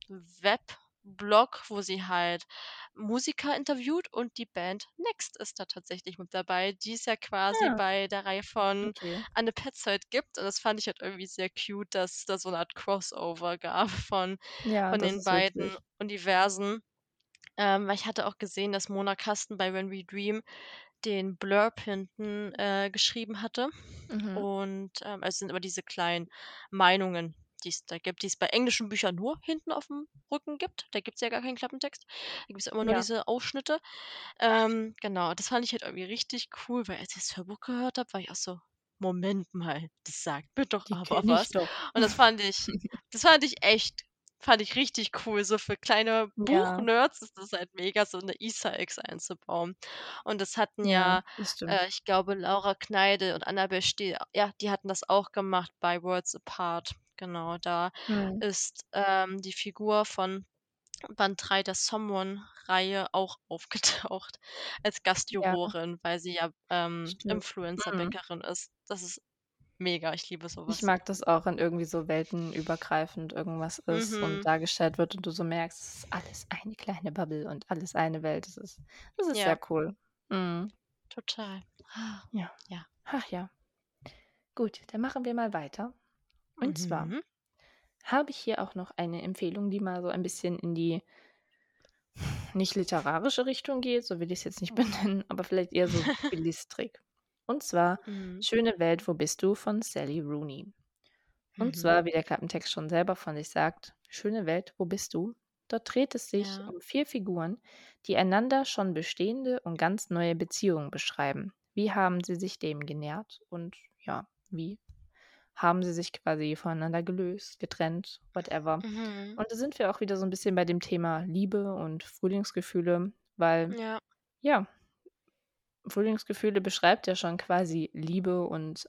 Weblog, wo sie halt Musiker interviewt und die Band Next ist da tatsächlich mit dabei, die es ja quasi Ja. bei der Reihe von Okay. Anne Petzold gibt und das fand ich halt irgendwie sehr cute, dass es da so 'ne Art Crossover gab von Ja, von das den ist beiden witzig. Universen. Ähm, weil ich hatte auch gesehen, dass Mona Kasten bei „When We Dream“ den Blurb hinten, äh, geschrieben hatte Mhm. und, ähm es sind immer diese kleinen Meinungen, die es da gibt, die es bei englischen Büchern nur hinten aufm Rücken gibt. Da gibt's ja gar keinen Klappentext. Da gibt's ja immer nur Ja. diese Ausschnitte. Ähm, genau, das fand ich halt irgendwie richtig cool, weil als ich das Hörbuch gehört habe, war ich auch so: Moment mal, das sagt mir doch Die aber kenne ich was. doch. Und das fand ich das fand ich echt fand ich richtig cool. So für kleine Ja, Buchnerds ist das halt mega, so 'ne Easter Eggs einzubauen. Und das hatten ja, ja, das stimmt. äh, ich glaube, Laura Kneide und Annabel Steele ja, die hatten das auch gemacht bei Worlds Apart. Genau, da Mhm. ist, ähm, die Figur von Band drei der Someone-Reihe auch aufgetaucht als Ja, Gastjurorin, weil sie ja, ähm, stimmt. Mhm. Influencer-Bäckerin ist. Das ist mega, ich liebe so Ich was. mag das auch, wenn irgendwie so weltenübergreifend irgendwas ist und Mhm. dargestellt wird und du so merkst, es ist alles eine kleine Bubble und alles eine Welt. Das ist das ist sehr Ja, cool. Mhm. total. Ah, Ja. ja. Ach ja. Gut, dann machen wir mal weiter. Und zwar Mhm. habe ich hier auch noch eine Empfehlung, die mal so ein bisschen in die nicht literarische Richtung geht, so will ich es jetzt nicht benennen, aber vielleicht eher so Bellistrik. Und zwar Mhm. „Schöne Welt, wo bist du“ von Sally Rooney. Und Mhm. zwar, wie der Klappentext schon selber von sich sagt: „Schöne Welt, wo bist du?“ Dort dreht es sich Ja. um vier Figuren, die einander schon bestehende und ganz neue Beziehungen beschreiben. Wie haben sie sich dem genähert und ja, wie haben sie sich quasi voneinander gelöst, getrennt, whatever. Mhm. Und da sind wir auch wieder so ein bisschen bei dem Thema Liebe und Frühlingsgefühle, weil, Ja. ja, Frühlingsgefühle beschreibt ja schon quasi Liebe und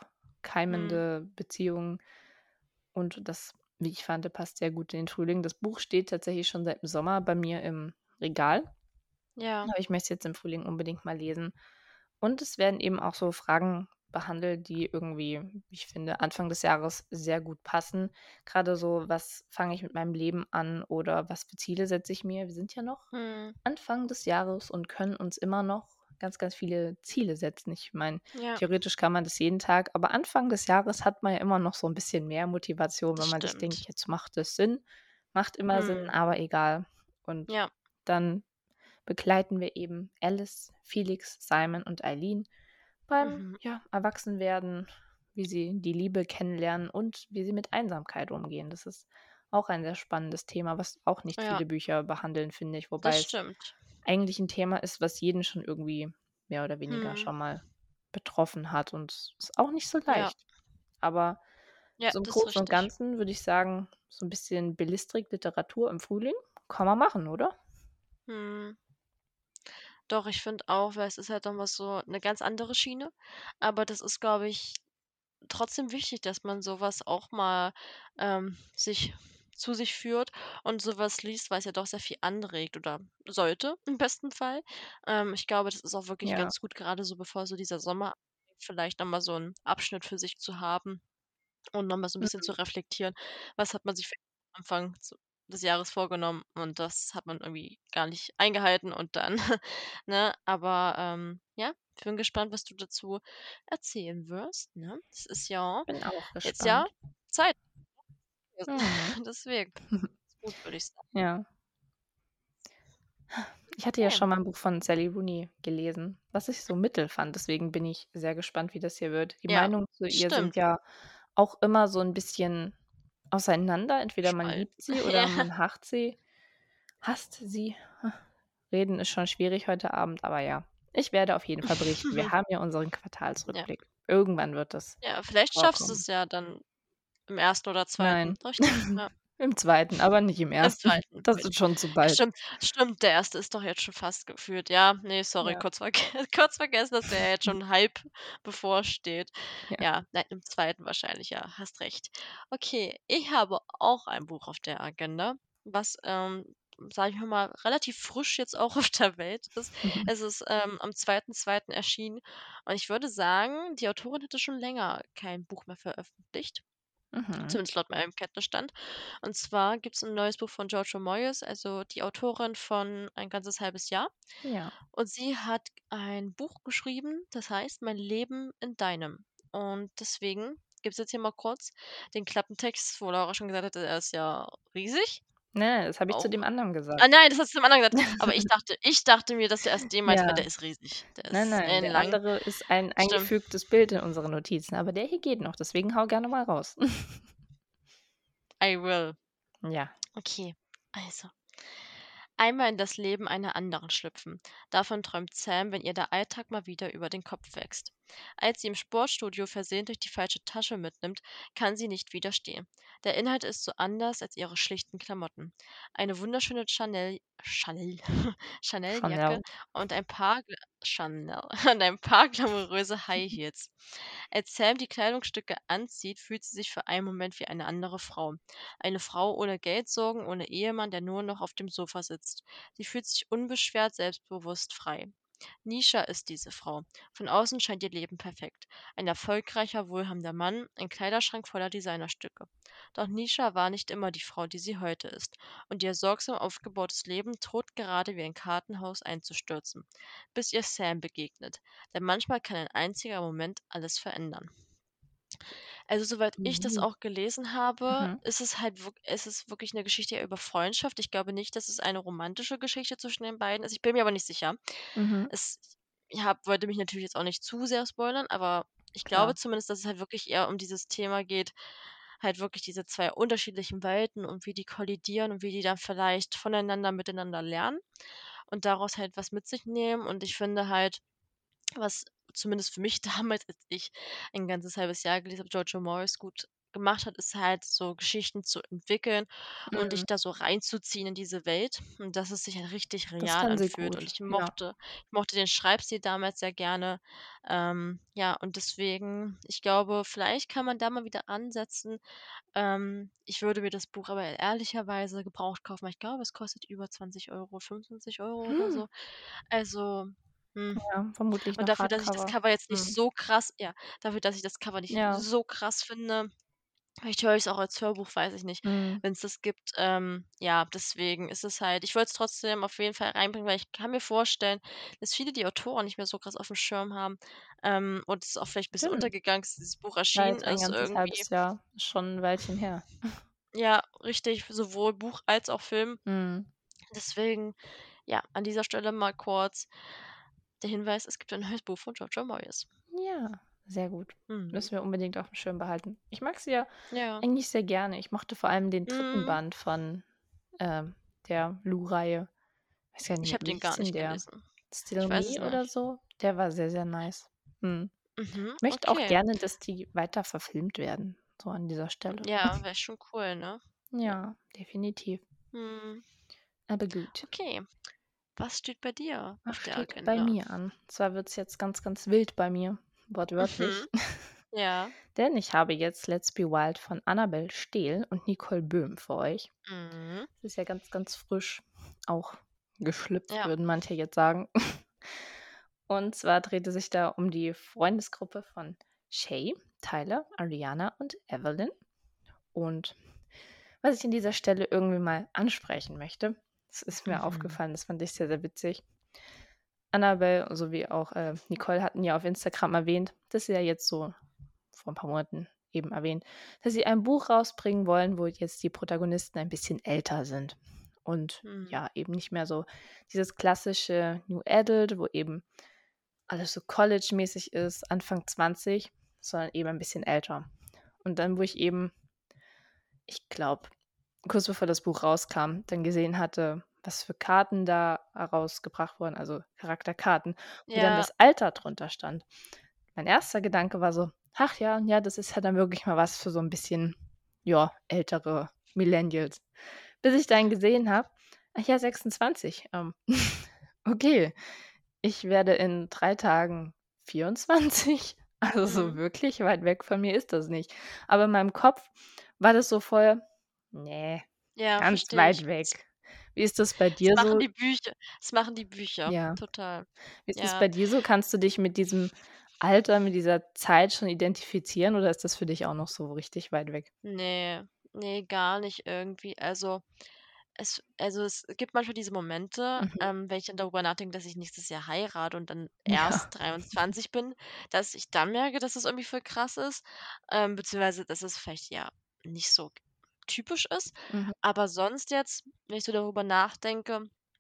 Mhm. aufkeimende Beziehungen und das, wie ich fand, passt sehr gut in den Frühling. Das Buch steht tatsächlich schon seit dem Sommer bei mir im Regal, Ja. aber ich möchte es jetzt im Frühling unbedingt mal lesen. Und es werden eben auch so Fragen behandelt, die irgendwie, wie ich finde, Anfang des Jahres sehr gut passen. Gerade so: „Was fange ich mit meinem Leben an“ oder „Was für Ziele setze ich mir?“ Wir sind ja noch Mhm. Anfang des Jahres und können uns immer noch ganz, ganz viele Ziele setzen. Ich meine, Ja, theoretisch kann man das jeden Tag, aber Anfang des Jahres hat man ja immer noch so ein bisschen mehr Motivation, das wenn man sich denkt: stimmt. „Jetzt macht es Sinn.“ Macht immer Sinn, Mhm. aber egal. Und Ja. dann begleiten wir eben Alice, Felix, Simon und Eileen beim, Mhm. ja, Erwachsenwerden, wie sie die Liebe kennenlernen und wie sie mit Einsamkeit umgehen. Das ist auch ein sehr spannendes Thema, was auch nicht Ja, viele Bücher behandeln, finde ich, das wobei es stimmt. eigentlich ein Thema ist, was jeden schon irgendwie mehr oder weniger Mhm. schon mal betroffen hat und es ist auch nicht so Ja. leicht. Aber Ja, so im das ist Großen und richtig. Ganzen würde ich sagen, so ein bisschen Belletristik, Literatur im Frühling kann man machen, oder? Mhm. Doch, ich finde auch, weil es ist halt noch mal so eine ganz andere Schiene. Aber das ist, glaube ich, trotzdem wichtig, dass man sowas auch mal, ähm, sich zu sich führt und sowas liest, weil es ja doch sehr viel anregt oder sollte im besten Fall. Ähm, ich glaube, das ist auch wirklich Ja. ganz gut, gerade so bevor so dieser Sommer vielleicht noch mal so 'n Abschnitt für sich zu haben. Und noch mal so 'n bisschen zu Mhm. reflektieren, was hat man sich vielleicht am Anfang zu des Jahres vorgenommen und das hat man irgendwie gar nicht eingehalten und dann ne? Aber, ähm, ja, ich bin gespannt, was du dazu erzählen wirst, ne? Es ist ja Bin auch jetzt ja gespannt. Zeit. Mhm. Deswegen ist gut, würde ich sagen. Ja. Ich hatte ja Okay. schon mal 'n Buch von Sally Rooney gelesen, was ich so mittel fand, deswegen bin ich sehr gespannt, wie das hier wird. Die Ja, Meinungen zu ihr stimmt. sind ja auch immer so 'n bisschen auseinander. Entweder man liebt Spalten. sie oder Ja. man hasst sie hasst sie. Reden ist schon schwierig heute Abend, aber ja. Ich werde auf jeden Fall berichten. Wir haben ja unseren Ja. Quartalsrückblick. Irgendwann wird das Ja, vielleicht schaffst vorkommen. du's ja dann im ersten oder zweiten. Nein. Richtig, ja. Im zweiten, aber nicht im Im ersten. zweiten, Das gut. ist schon zu Ja, bald. stimmt, stimmt, der erste ist doch jetzt schon fast gefühlt. Ja, ne, sorry, Ja, kurz verge kurz vergessen, dass der ja jetzt schon halb bevorsteht. ja. Ja, nein, im zweiten wahrscheinlich, ja, hast recht. Okay, ich habe auch ein Buch auf der Agenda, was, ähm, sage ich mal, relativ frisch jetzt auch auf der Welt ist. Es ist, ähm, am zweiten zweiten erschienen und ich würde sagen, die Autorin hatte schon länger kein Buch mehr veröffentlicht. Mhm. Zumindest laut meinem Kenntnisstand. Und zwar gibt es ein neues Buch von Jojo Moyes, also die Autorin von „Ein ganzes halbes Jahr“. Ja. Und sie hat ein Buch geschrieben, das heißt „Mein Leben in deinem“. Und deswegen gibt es jetzt hier mal kurz den Klappentext, wo Laura schon gesagt hatte, er ist ja riesig. Ne, ne, das habe ich zu Auch dem anderen ah, gesagt. nein, das hast du dem anderen gesagt. Aber ich dachte ich dachte mir, dass du erst den meinst, weil Ja. der ist riesig. Der Nein, ist nein, der ellenlang. andere ist ein Stimmt. eingefügtes Bild in unsere Notizen, aber der hier geht noch, deswegen hau gerne mal raus. I will. Ja. Okay, also Einmal in das Leben einer anderen schlüpfen. Davon träumt Sam, wenn ihr der Alltag mal wieder über den Kopf wächst. Als sie im Sportstudio versehentlich die falsche Tasche mitnimmt, kann sie nicht widerstehen. Der Inhalt ist so anders als ihre schlichten Klamotten. Eine wunderschöne Chanel, Chanel, Chanel-Jacke Chanel. und ein paar Gla- Chanel und ein paar glamouröse High Heels. Als Sam die Kleidungsstücke anzieht, fühlt sie sich für einen Moment wie eine andere Frau. Eine Frau ohne Geldsorgen, ohne Ehemann, der nur noch auf dem Sofa sitzt. Sie fühlt sich unbeschwert, selbstbewusst, frei. Nisha ist diese Frau. Von außen scheint ihr Leben perfekt. Ein erfolgreicher, wohlhabender Mann, ein Kleiderschrank voller Designerstücke. Doch Nisha war nicht immer die Frau, die sie heute ist. Und ihr sorgsam aufgebautes Leben droht gerade wie ein Kartenhaus einzustürzen. Bis ihr Sam begegnet. Denn manchmal kann ein einziger Moment alles verändern. Also, soweit ich das Uh. auch gelesen habe, Mhm. ist es halt wirk ist es wirklich 'ne Geschichte ja über Freundschaft. Ich glaube nicht, dass es eine romantische Geschichte zwischen den beiden ist. Ich bin mir aber nicht sicher. Mhm. Es Ich habe wollte mich natürlich jetzt auch nicht zu sehr spoilern, aber ich glaube Klar. zumindest, dass es halt wirklich eher um dieses Thema geht, halt wirklich diese zwei unterschiedlichen Welten und wie die kollidieren und wie die dann vielleicht voneinander miteinander lernen und daraus halt was mit sich nehmen. Und ich finde halt, was zumindest für mich damals, als ich ein ganzes halbes Jahr gelesen habe, Jojo Moyes gut gemacht hat, ist halt so Geschichten zu entwickeln und dich Mhm. da so reinzuziehen in diese Welt und dass es sich halt richtig Das real kann sie anfühlt. Und gut. ich Ja. mochte ich mochte den Schreibstil damals sehr gerne. Ähm, ja, und deswegen, ich glaube, vielleicht kann man da mal wieder ansetzen. Ähm, ich würde mir das Buch aber ehrlicherweise gebraucht kaufen, weil ich glaube, es kostet über zwanzig Euro, fünfundzwanzig Euro oder Hm. so. Also, hm. Ja, vermutlich Und noch dafür, dass ich das Hardcover. Cover jetzt nicht Mhm. so krass ja, dafür, dass ich das Cover nicht Ja. so krass finde, vielleicht höre ich's auch als Hörbuch, weiß ich nicht, Mhm. wenn's das gibt. Ähm, ja, deswegen ist es halt ich wollte es trotzdem auf jeden Fall reinbringen, weil ich kann mir vorstellen, dass viele die Autoren nicht mehr so krass aufm Schirm haben, ähm, und es ist auch vielleicht bisschen Stimmt. untergegangen, dass dieses Buch War erschienen jetzt ein ist ganzes irgendwie. halbes Jahr. Ist schon 'n Weilchen her. Ja, richtig, sowohl Buch als auch Film. Mhm. Deswegen, ja, an dieser Stelle mal kurz der Hinweis: Es gibt ein neues Buch von Jojo Moyes. Ja, sehr gut. Mhm. Müssen wir unbedingt aufm Schirm behalten. Ich mag sie ja Ja. eigentlich sehr gerne. Ich mochte vor allem den dritten Mhm. Band von, ähm, der Lou-Reihe. Weiß gar nicht Ich mehr, habe wie den hieß gar denn nicht der? gelesen. Still Ich weiß es Me oder nicht. so? Der war sehr, sehr nice. Mhm. Mhm, Möchte auch okay. gerne, dass die weiter verfilmt werden, so an dieser Stelle. Ja, wäre schon cool, ne? Ja. Ja, definitiv. Mhm. Aber gut. Okay. Was steht bei dir Was auf der steht bei Agenda? mir an? Zwar wird's jetzt ganz, ganz wild bei mir, Mhm. wortwörtlich. Ja. Denn ich habe jetzt Let's Be Wild von Annabel Stehl und Nicole Böhm für euch. Mhm. Das ist ja ganz, ganz frisch auch geschlüpft, Ja. würden manche jetzt sagen. Und zwar dreht es sich da um die Freundesgruppe von Shay, Tyler, Ariana und Evelyn. Und was ich an dieser Stelle irgendwie mal ansprechen möchte, das ist mir Mhm. aufgefallen, das fand ich sehr, sehr witzig. Annabelle sowie auch, äh, Nicole hatten ja auf Instagram erwähnt, dass sie ja jetzt so vor ein paar Monaten eben erwähnt, dass sie ein Buch rausbringen wollen, wo jetzt die Protagonisten ein bisschen älter sind. Und Mhm. ja, eben nicht mehr so dieses klassische New Adult, wo eben alles so college-mäßig ist, Anfang zwanzig, sondern eben ein bisschen älter. Und dann, wo ich eben, ich glaube, kurz bevor das Buch rauskam, dann gesehen hatte, was für Karten da rausgebracht wurden, also Charakterkarten, wo dann Ja. das Alter drunter stand. Mein erster Gedanke war so: „Ach ja, ja, das ist ja dann wirklich mal was für so 'n bisschen, ja, ältere Millennials.“ Bis ich dann gesehen habe: „Ach ja, sechsundzwanzig, ähm, okay, ich werde in drei Tagen vierundzwanzig.“ Also, so Mhm. wirklich weit weg von mir ist das nicht. Aber in meinem Kopf war das so voll: „Ne, Ja, ganz verstehe ich. weit Das weg.“ Wie ist das bei das dir machen so? die Bücher das machen die Bücher, Ja. total. Wie ist das Ja. bei dir so? Kannst du dich mit diesem Alter, mit dieser Zeit schon identifizieren oder ist das für dich auch noch so richtig weit weg? Ne, ne, gar nicht irgendwie. Also, es also, es gibt manchmal diese Momente, Mhm. ähm, wenn ich dann darüber nachdenke, dass ich nächstes Jahr heirate und dann Ja. erst dreiundzwanzig bin, dass ich dann merke, dass es irgendwie voll krass ist, ähm, beziehungsweise dass es vielleicht, ja, nicht so typisch ist. Mhm. Aber sonst jetzt, wenn ich so darüber nachdenke,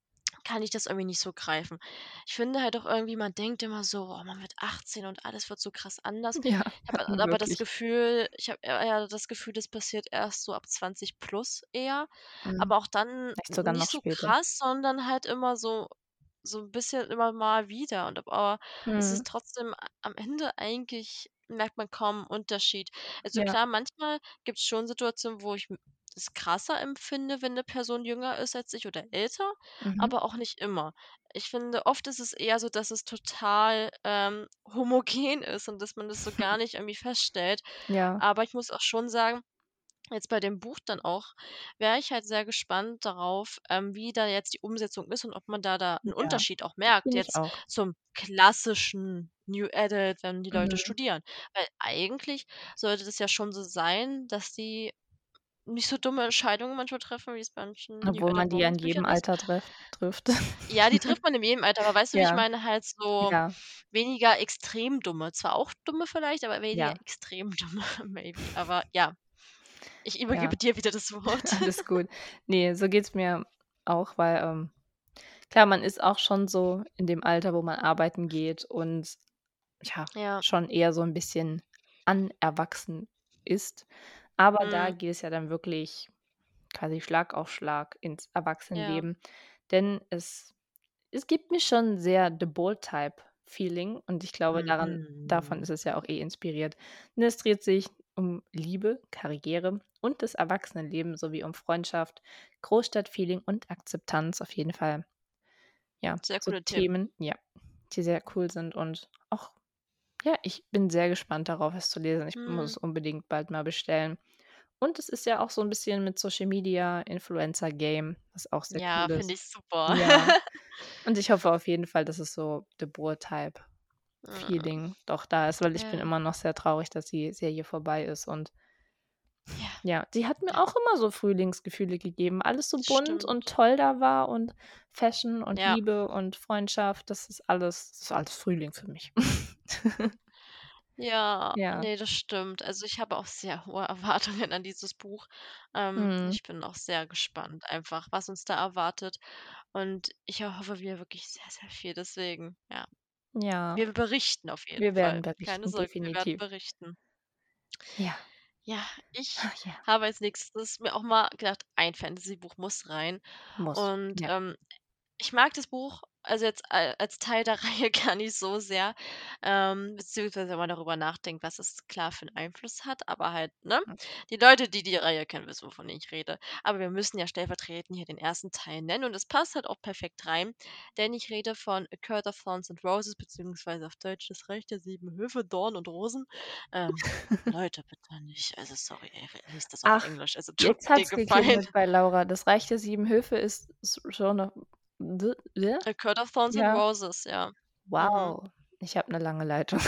kann ich das irgendwie nicht so greifen. Ich finde halt auch irgendwie, man denkt immer so: „Oh, man wird achtzehn und alles wird so krass anders.“ Ja, Ich hat habe man aber das wirklich. Gefühl ich habe eher das Gefühl, das passiert erst so ab zwanzig plus eher, Mhm. aber auch dann Vielleicht sogar noch nicht so später. krass, sondern halt immer so so 'n bisschen immer mal wieder und aber es Mhm. ist trotzdem a am Ende eigentlich merkt man kaum 'n Unterschied. Also Ja. klar, manchmal gibt's schon Situationen, wo ich m das krasser empfinde, wenn 'ne Person jünger ist als ich oder älter, Mhm. aber auch nicht immer. Ich finde, oft ist es eher so, dass es total, ähm, homogen ist und dass man das so gar nicht irgendwie feststellt. Ja. Aber ich muss auch schon sagen, jetzt bei dem Buch dann auch, wäre ich halt sehr gespannt darauf, ähm, wie da jetzt die Umsetzung ist und ob man da da 'n Ja, Unterschied auch das merkt finde ich jetzt auch. zum klassischen New Adult, wenn die Leute Mhm. studieren. Weil eigentlich sollte das ja schon so sein, dass die nicht so dumme Entscheidungen manchmal treffen, wie es bei manchen New Obwohl man Adult die ja in Romance jedem Büchern ist. Alter trefft trifft. Ja, die trifft man in jedem Alter, aber weißt du, wie ich Ja. meine? Halt so Ja. weniger extrem dumme. Zwar auch dumme vielleicht, aber weniger Ja. extrem dumme, maybe. Aber ja, ich Ja. übergebe dir wieder das Wort. Alles gut. Ne, so geht's mir auch, weil, ähm klar, man ist auch schon so in dem Alter, wo man arbeiten geht und, ja, Ja. schon eher so 'n bisschen anerwachsen ist. Aber da Mhm. geht es ja dann wirklich quasi Schlag auf Schlag ins Ja. Erwachsenenleben. Denn es es gibt mir schon sehr The Bold Type Feeling und ich glaube, daran davon Mhm. ist es ja auch eh inspiriert. Ne, es dreht sich um Liebe, Karriere und das Erwachsenenleben sowie um Freundschaft, Großstadtfeeling und Akzeptanz auf jeden Fall. Ja, Sehr so coole Themen. Themen, ja, die sehr cool sind und auch ja, ich bin sehr gespannt darauf, es zu lesen. Ich muss Mhm. es unbedingt bald mal bestellen. Und es ist ja auch so 'n bisschen mit Social Media, Influencer Game, was auch sehr Ja, cool finde ist. ich super. Ja. Und ich hoffe auf jeden Fall, dass es so The Bold Type Mhm. Feeling doch da ist, weil ich bin Ja. immer noch sehr traurig, dass die Serie vorbei ist und Ja. ja, die hat mir Ja. auch immer so Frühlingsgefühle gegeben. Alles so bunt und Stimmt. toll da war und Fashion und Ja. Liebe und Freundschaft, das ist alles das ist alles Frühling für mich. Ja, Ja. ne, das stimmt. Also, ich habe auch sehr hohe Erwartungen an dieses Buch. Ähm, Mhm. ich bin auch sehr gespannt einfach, was uns da erwartet. Und ich erhoffe mir wirklich sehr, sehr viel. Deswegen, ja. Ja. Wir berichten auf jeden Wir Fall. werden Keine berichten, Sorge, wir werden definitiv. berichten. Ja. Ja, ich Ach ja. habe als Nächstes mir auch mal gedacht, ein Fantasybuch muss rein. Muss, Und, ja. ähm, ich mag das Buch, also, jetzt a als Teil der Reihe gar nicht so sehr, ähm, beziehungsweise wenn man darüber nachdenkt, was es klar für 'n Einfluss hat, aber halt, ne? Hm. Die Leute, die die Reihe kennen, wissen, wovon ich rede. Aber wir müssen ja stellvertretend hier den ersten Teil nennen und es passt halt auch perfekt rein, denn ich rede von A Court of Thorns and Roses, beziehungsweise auf Deutsch Das Reich der sieben Höfe, Dorn und Rosen. Ähm, Leute, bitte nicht. Also, sorry, ey, lest das auf Ach, Englisch. Also, tut jetzt mir den hat's Gefallen. geklingelt bei Laura. Das Reich der sieben Höfe ist s schon noch A Court of Thorns and Ja. Roses, ja. Mhm. Wow, ich habe 'ne lange Leitung.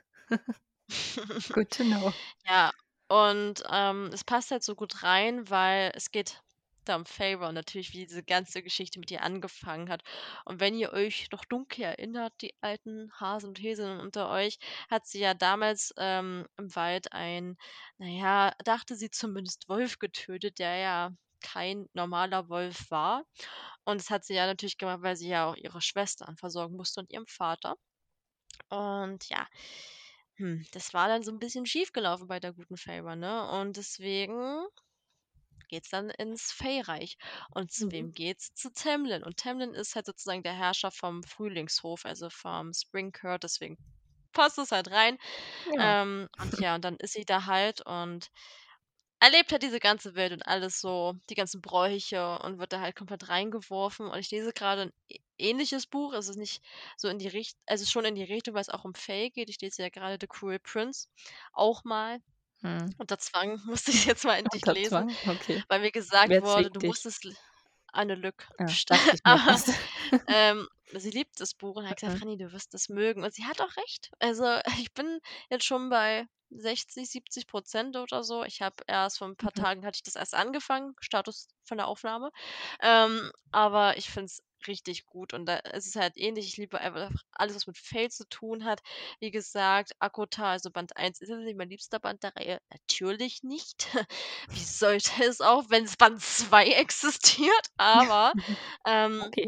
Good to know. Ja, und, ähm, es passt halt so gut rein, weil es geht da um Feyre und natürlich, wie diese ganze Geschichte mit ihr angefangen hat. Und wenn ihr euch noch dunkel erinnert, die alten Hasen und Häsinnen unter euch, hat sie ja damals, ähm, im Wald einen, na ja, dachte sie zumindest, Wolf getötet, der ja kein normaler Wolf war. Und das hat sie ja natürlich gemacht, weil sie ja auch ihre Schwestern versorgen musste und ihren Vater. Und ja, hm, das war dann so 'n bisschen schiefgelaufen bei der guten Feyre, ne? Und deswegen geht's dann ins Feyreich. Und zu Mhm. wem geht's? Zu Tamlin. Und Tamlin ist halt sozusagen der Herrscher vom Frühlingshof, also vom Spring Court, deswegen passt es halt rein. Ja. Ähm, und ja, und dann ist sie da halt und erlebt halt diese ganze Welt und alles so, die ganzen Bräuche und wird da halt komplett reingeworfen. Und ich lese grade 'n ä ähnliches Buch. Es ist nicht so in die Richt also, schon in die Richtung, weil's auch um Fae geht. Ich lese ja grade The Cruel Prince auch mal. Mhm. Unter Zwang musste ich's jetzt mal endlich Unter lesen, Zwang, okay. weil mir gesagt Wer wurde: „Du zwingt dich? musst es l“ Anne Lück, Ja, dachte ich mir aber, fast. ähm, sie liebt das Buch und hat gesagt: Mhm. „Fanny, du wirst das mögen.“ Und sie hat auch recht. Also, ich bin jetzt schon bei sechzig, siebzig Prozent oder so. Ich habe erst vor 'n paar Mhm. Tagen hatte ich das erst angefangen, Status von der Aufnahme. Ähm, aber ich finde es richtig gut und da ist es halt ähnlich. Ich liebe einfach alles, was mit Fae zu tun hat. Wie gesagt, ACOTAR, also, Band eins ist jetzt nicht mein liebster Band der Reihe. Natürlich nicht. Wie sollte es auch, wenn's Band zwei existiert? Aber, ähm Okay.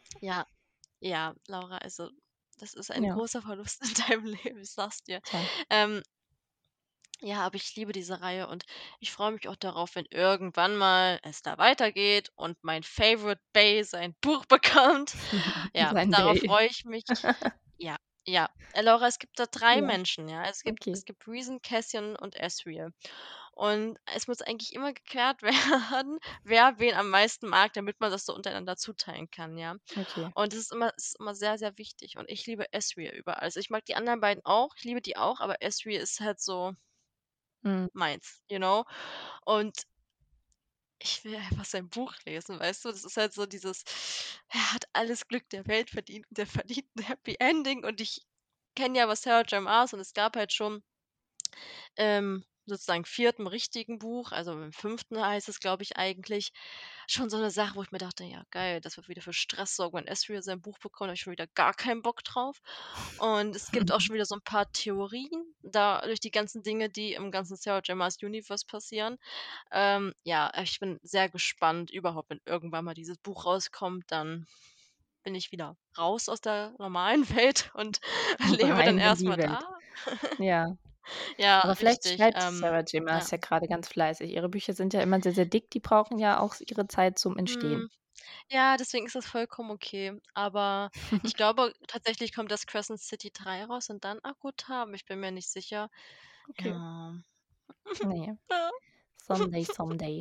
Ja, ja, Laura, also, das ist ein Ja. großer Verlust in deinem Leben, ich sage es dir. Tja. Ähm Ja, aber ich liebe diese Reihe und ich freue mich auch darauf, wenn irgendwann mal es da weitergeht und mein Favorite Bay sein Buch bekommt. Ja, Sein darauf Bay. freue ich mich. Ja, ja. Äh, Laura, es gibt da drei Ja, Menschen, ja. Es gibt okay. es gibt Reason, Cassian und Ezreal. Und es muss eigentlich immer geklärt werden, wer wen am meisten mag, damit man das so untereinander zuteilen kann, ja. Okay. Und das ist immer es ist immer sehr, sehr wichtig und ich liebe Ezreal über alles. Ich mag die anderen beiden auch, ich liebe die auch, aber Ezreal ist halt so Mhm. meins, you know? Und ich will einfach sein Buch lesen, weißt du? Das ist halt so dieses, er hat alles Glück der Welt verdient und der verdient 'n Happy Ending und ich kenne ja aber Sarah J. Maas und es gab halt schon ähm, sozusagen vierten richtigen Buch, also im fünften heißt es, glaube ich, eigentlich, schon so 'ne Sache, wo ich mir dachte: „Ja geil, das wird wieder für Stress sorgen, wenn Ezreal sein Buch bekommt, da habe ich schon wieder gar keinen Bock drauf." Und es gibt auch schon wieder so 'n paar Theorien, da durch die ganzen Dinge, die im ganzen Sarah J. Maas Universe passieren. Ähm, ja, ich bin sehr gespannt überhaupt, wenn irgendwann mal dieses Buch rauskommt, dann bin ich wieder raus aus der normalen Welt und Und lebe dann rein in erst die mal Welt. da. Ja. Ja, Aber vielleicht richtig, schreibt ähm, Sarah J. ja. Maas ja grade ganz fleißig. Ihre Bücher sind ja immer sehr, sehr dick, die brauchen ja auch s ihre Zeit zum Entstehen. Mhm. Ja, deswegen ist das vollkommen okay. Aber ich glaube tatsächlich kommt das Crescent City drei raus und dann Akutha, aber ich bin mir nicht sicher. Okay. Ja. Na ja. Ja. Someday, someday.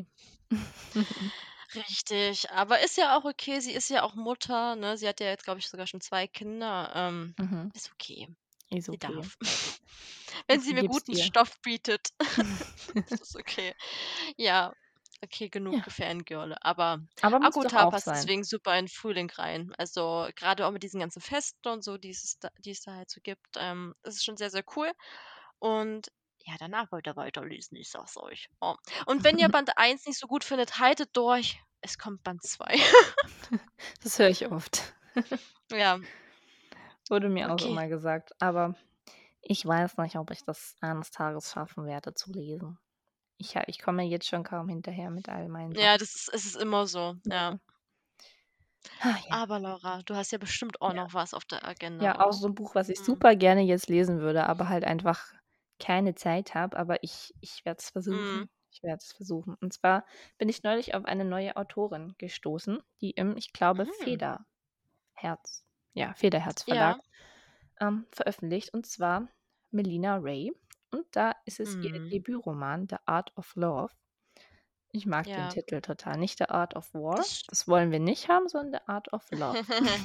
Richtig, aber ist ja auch okay. Sie ist ja auch Mutter, ne? Sie hat ja jetzt, glaube ich, sogar schon zwei Kinder. Ähm, Mhm. ist okay. Ist Sie okay. darf. Wenn sie Sie mir gibt's guten ihr. Stoff bietet. Das ist okay. Ja, okay, genug Ja. Gefangirle. Aber Aber muss doch Akutha auch passt sein. deswegen super in Frühling rein. Also, grade auch mit diesen ganzen Festen und so, die es da die es da halt so gibt. Ähm, das ist schon sehr, sehr cool. Und ja, danach wollt ihr weiterlesen, ich sage es euch. Oh. Und wenn ihr Band eins nicht so gut findet, haltet durch. Es kommt Band zwei. Das höre ich oft. Ja. Wurde mir auch Okay. immer gesagt, aber ich weiß nicht, ob ich das eines Tages schaffen werde zu lesen. Ich ha ich komme jetzt schon kaum hinterher mit all meinen Ja, Sachen. das ist es ist immer so, ja. Ja. Ha, ja. Aber Laura, du hast ja bestimmt auch Ja. noch was auf der Agenda, Ja, auch oder? so 'n Buch, was ich Mhm. super gerne jetzt lesen würde, aber halt einfach keine Zeit habe, aber ich ich werde es Mhm. versuchen. Ich werde es versuchen. Und zwar bin ich neulich auf eine neue Autorin gestoßen, die im, ich glaube, Mhm. Federherz ja, Federherz Verlag, Ja. ähm, veröffentlicht, und zwar Melina Ray. Und da ist es ihr Mhm. Debütroman „The Art of Love“. Ich mag den Ja. Titel total. Nicht „The Art of War“, Das das wollen wir nicht haben, sondern „The Art of Love“.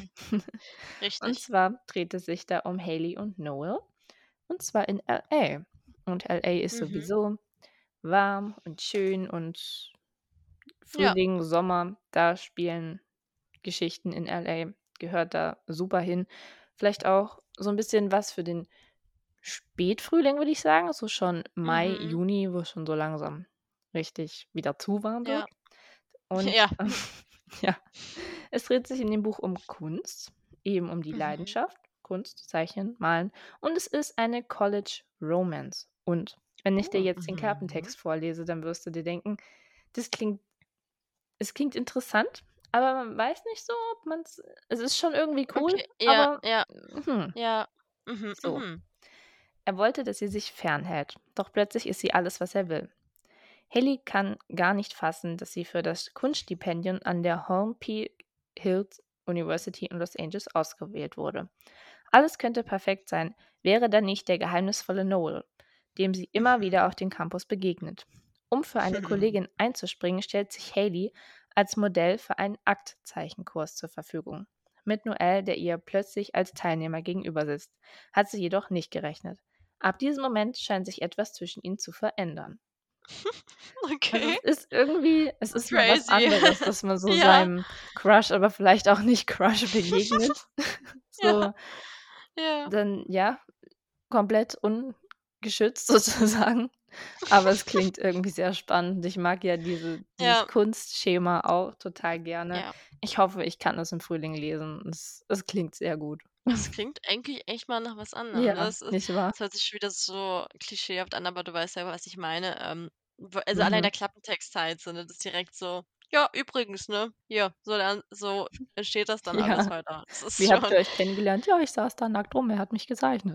Und Richtig. zwar dreht es sich da um Hayley und Noel, und zwar in L.A. Und L.A. ist Mhm. sowieso warm und schön und Ja. Frühling, Sommer, da spielen Geschichten in L.A. gehört da super hin. Vielleicht auch so 'n bisschen was für den Spätfrühling, würde ich sagen, so schon Mai, Mhm. Juni, wo es schon so langsam richtig wieder zu warm wird. Ja. Und, Ja. ähm, ja, es dreht sich in dem Buch um Kunst, eben um die Mhm. Leidenschaft, Kunst, Zeichnen, Malen, und es ist eine College Romance. Und wenn ich dir Oh, jetzt den mhm. Klappentext vorlese, dann wirst du dir denken, das klingt es klingt interessant, aber man weiß nicht so, ob man's es ist schon irgendwie cool, Okay, ja, aber, ja, hm, ja. Mhm, so. mhm. Er wollte, dass sie sich fernhält, doch plötzlich ist sie alles, was er will. Hayley kann gar nicht fassen, dass sie für das Kunststipendium an der Holme P. Hills University in Los Angeles ausgewählt wurde. Alles könnte perfekt sein, wäre da nicht der geheimnisvolle Noel, dem sie immer wieder Mhm. auf dem Campus begegnet. Um für eine Kollegin einzuspringen, stellt sich Hayley als Modell für einen Aktzeichenkurs zur Verfügung. Mit Noel, der ihr plötzlich als Teilnehmer gegenübersitzt, hat sie jedoch nicht gerechnet. Ab diesem Moment scheint sich etwas zwischen ihnen zu verändern. Also, Okay. es ist irgendwie es ist mal was Crazy. anderes, dass man so Ja. seinem Crush, aber vielleicht auch nicht Crush begegnet. Ja. So Ja. dann, ja, komplett ungeschützt sozusagen. Aber es klingt irgendwie sehr spannend. Ich mag ja diese dieses Ja. Kunstschema auch total gerne. Ja. Ich hoffe, ich kann das im Frühling lesen. Es es klingt sehr gut. Das klingt eigentlich echt mal nach was anderem, ne? Ja, Es ist nicht wahr? es hört sich wieder so klischeehaft an, aber du weißt ja, was ich meine. Ähm, w also allein Mhm. der Klappentext halt so, ne, das ist direkt so „Ja, übrigens, ne, hier, so dann so entsteht das dann alles Ja. weiter. Das ist Wie habt schon ihr euch kennengelernt? Ja, ich saß da nackt rum, er hat mich gezeichnet.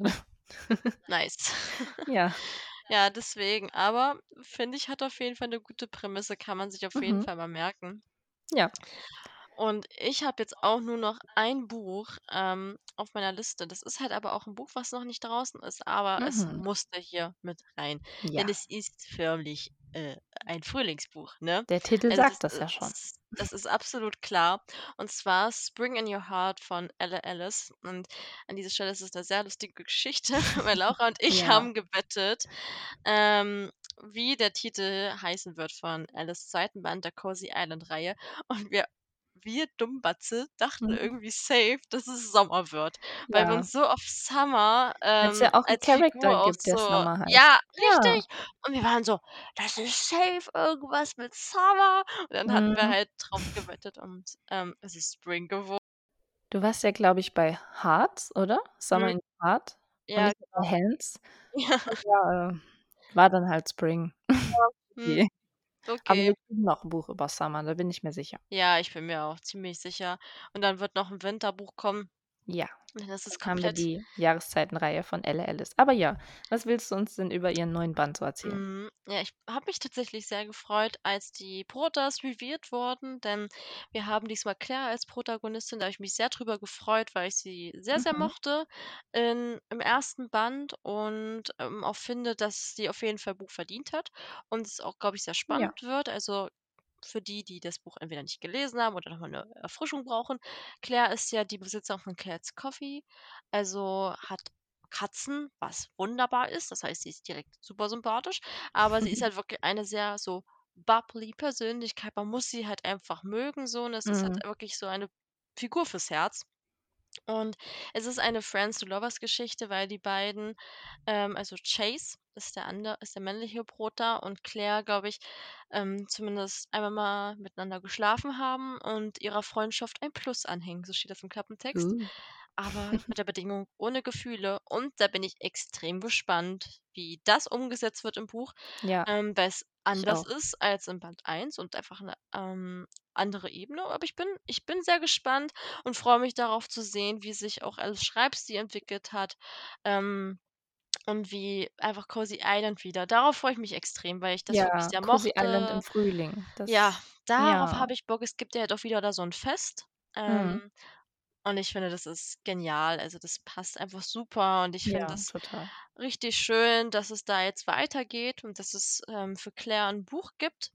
nice. Ja. Ja, deswegen, aber finde ich, hat auf jeden Fall 'ne gute Prämisse, kann man sich auf jeden Mhm. Fall mal merken. Ja. Und ich habe jetzt auch nur noch ein Buch, ähm, auf meiner Liste. Das ist halt aber auch 'n Buch, was noch nicht draußen ist, aber es Mhm. musste hier mit rein, denn Ja. es ist förmlich, äh, ein Frühlingsbuch, ne? Der Titel Also, das sagt das ja schon. ist das ist absolut klar. Und zwar „Spring in Your Heart“ von Elle Ellis. Und an dieser Stelle ist es 'ne sehr lustige Geschichte, weil Laura und ich Ja. haben gewettet, ähm, wie der Titel heißen wird von Ellis' zweiten Band der Cozy Island Reihe. Und wir wir Dummbatze dachten Mhm. irgendwie safe, dass es Sommer wird, weil wir Ja. uns so auf Summer, Weil's ähm, ja auch 'n als Character Figur auch gibt, der so Summer heißt. ja, Ja. richtig! Und wir waren so: „Das ist safe irgendwas mit Summer.“ Und dann hatten wir Mhm. halt drauf gewettet und, ähm, es ist Spring gewu Du warst ja, glaube ich, bei Hearts, oder? „Summer Mhm. in Your Heart“ und Ja, nicht bei genau. „Hands“. Ja. Und ja, äh, war dann halt Spring. Ja, mhm. Okay. Aber Okay. wir kriegen noch 'n Buch über Summer, da bin ich mir sicher. Ja, ich bin mir auch ziemlich sicher. Und dann wird noch 'n Winterbuch kommen. Ja, Und dann ist es dann haben wir komplett die Jahreszeitenreihe von Elle Ellis. Aber ja, was willst du uns denn über ihren neuen Band so erzählen? Mhm. Ja, ich habe mich tatsächlich sehr gefreut, als die Protas revealed wurden, denn wir haben diesmal Claire als Protagonistin. Da habe ich mich sehr drüber gefreut, weil ich sie sehr, sehr Mhm. mochte in im ersten Band und, ähm, auch finde, dass sie auf jeden Fall Buch verdient hat und es auch, glaube ich, sehr Ja. spannend wird. Also, für die, die das Buch entweder nicht gelesen haben oder noch mal 'ne Erfrischung brauchen. Claire ist ja die Besitzerin von Claire's Coffee, also hat Katzen, was wunderbar ist. Das heißt, sie ist direkt super sympathisch, aber sie ist halt wirklich eine sehr so bubbly Persönlichkeit. Man muss sie halt einfach mögen so und es ist halt Mhm. wirklich so eine Figur fürs Herz. Und es ist eine Friends to Lovers Geschichte, weil die beiden, ähm also Chase ist der ande ist der männliche Prota und Claire, glaube ich, ähm, zumindest einmal mal miteinander geschlafen haben und ihrer Freundschaft ein Plus anhängen. So steht das im Klappentext, Uh. aber mit der Bedingung ohne Gefühle. Und da bin ich extrem gespannt, wie das umgesetzt wird im Buch, Ja, ähm, weil's ich anders auch. ist als in Band eins und einfach 'ne, ähm, andere Ebene. Aber ich bin ich bin sehr gespannt und freue mich darauf zu sehen, wie sich auch Ellis' Schreibstil entwickelt hat, ähm, und wie einfach Cozy Island wieder darauf freue ich mich extrem, weil ich das wirklich Ja, sehr Cozy Island im mochte. Frühling, Ja, das darauf ja. habe ich Bock. Es gibt ja halt auch wieder da so 'n Fest, Mhm. ähm, und ich finde, das ist genial. Also, das passt einfach super und ich finde Ja, das total. richtig schön, dass es da jetzt weitergeht und dass es, ähm, für Claire 'n Buch gibt.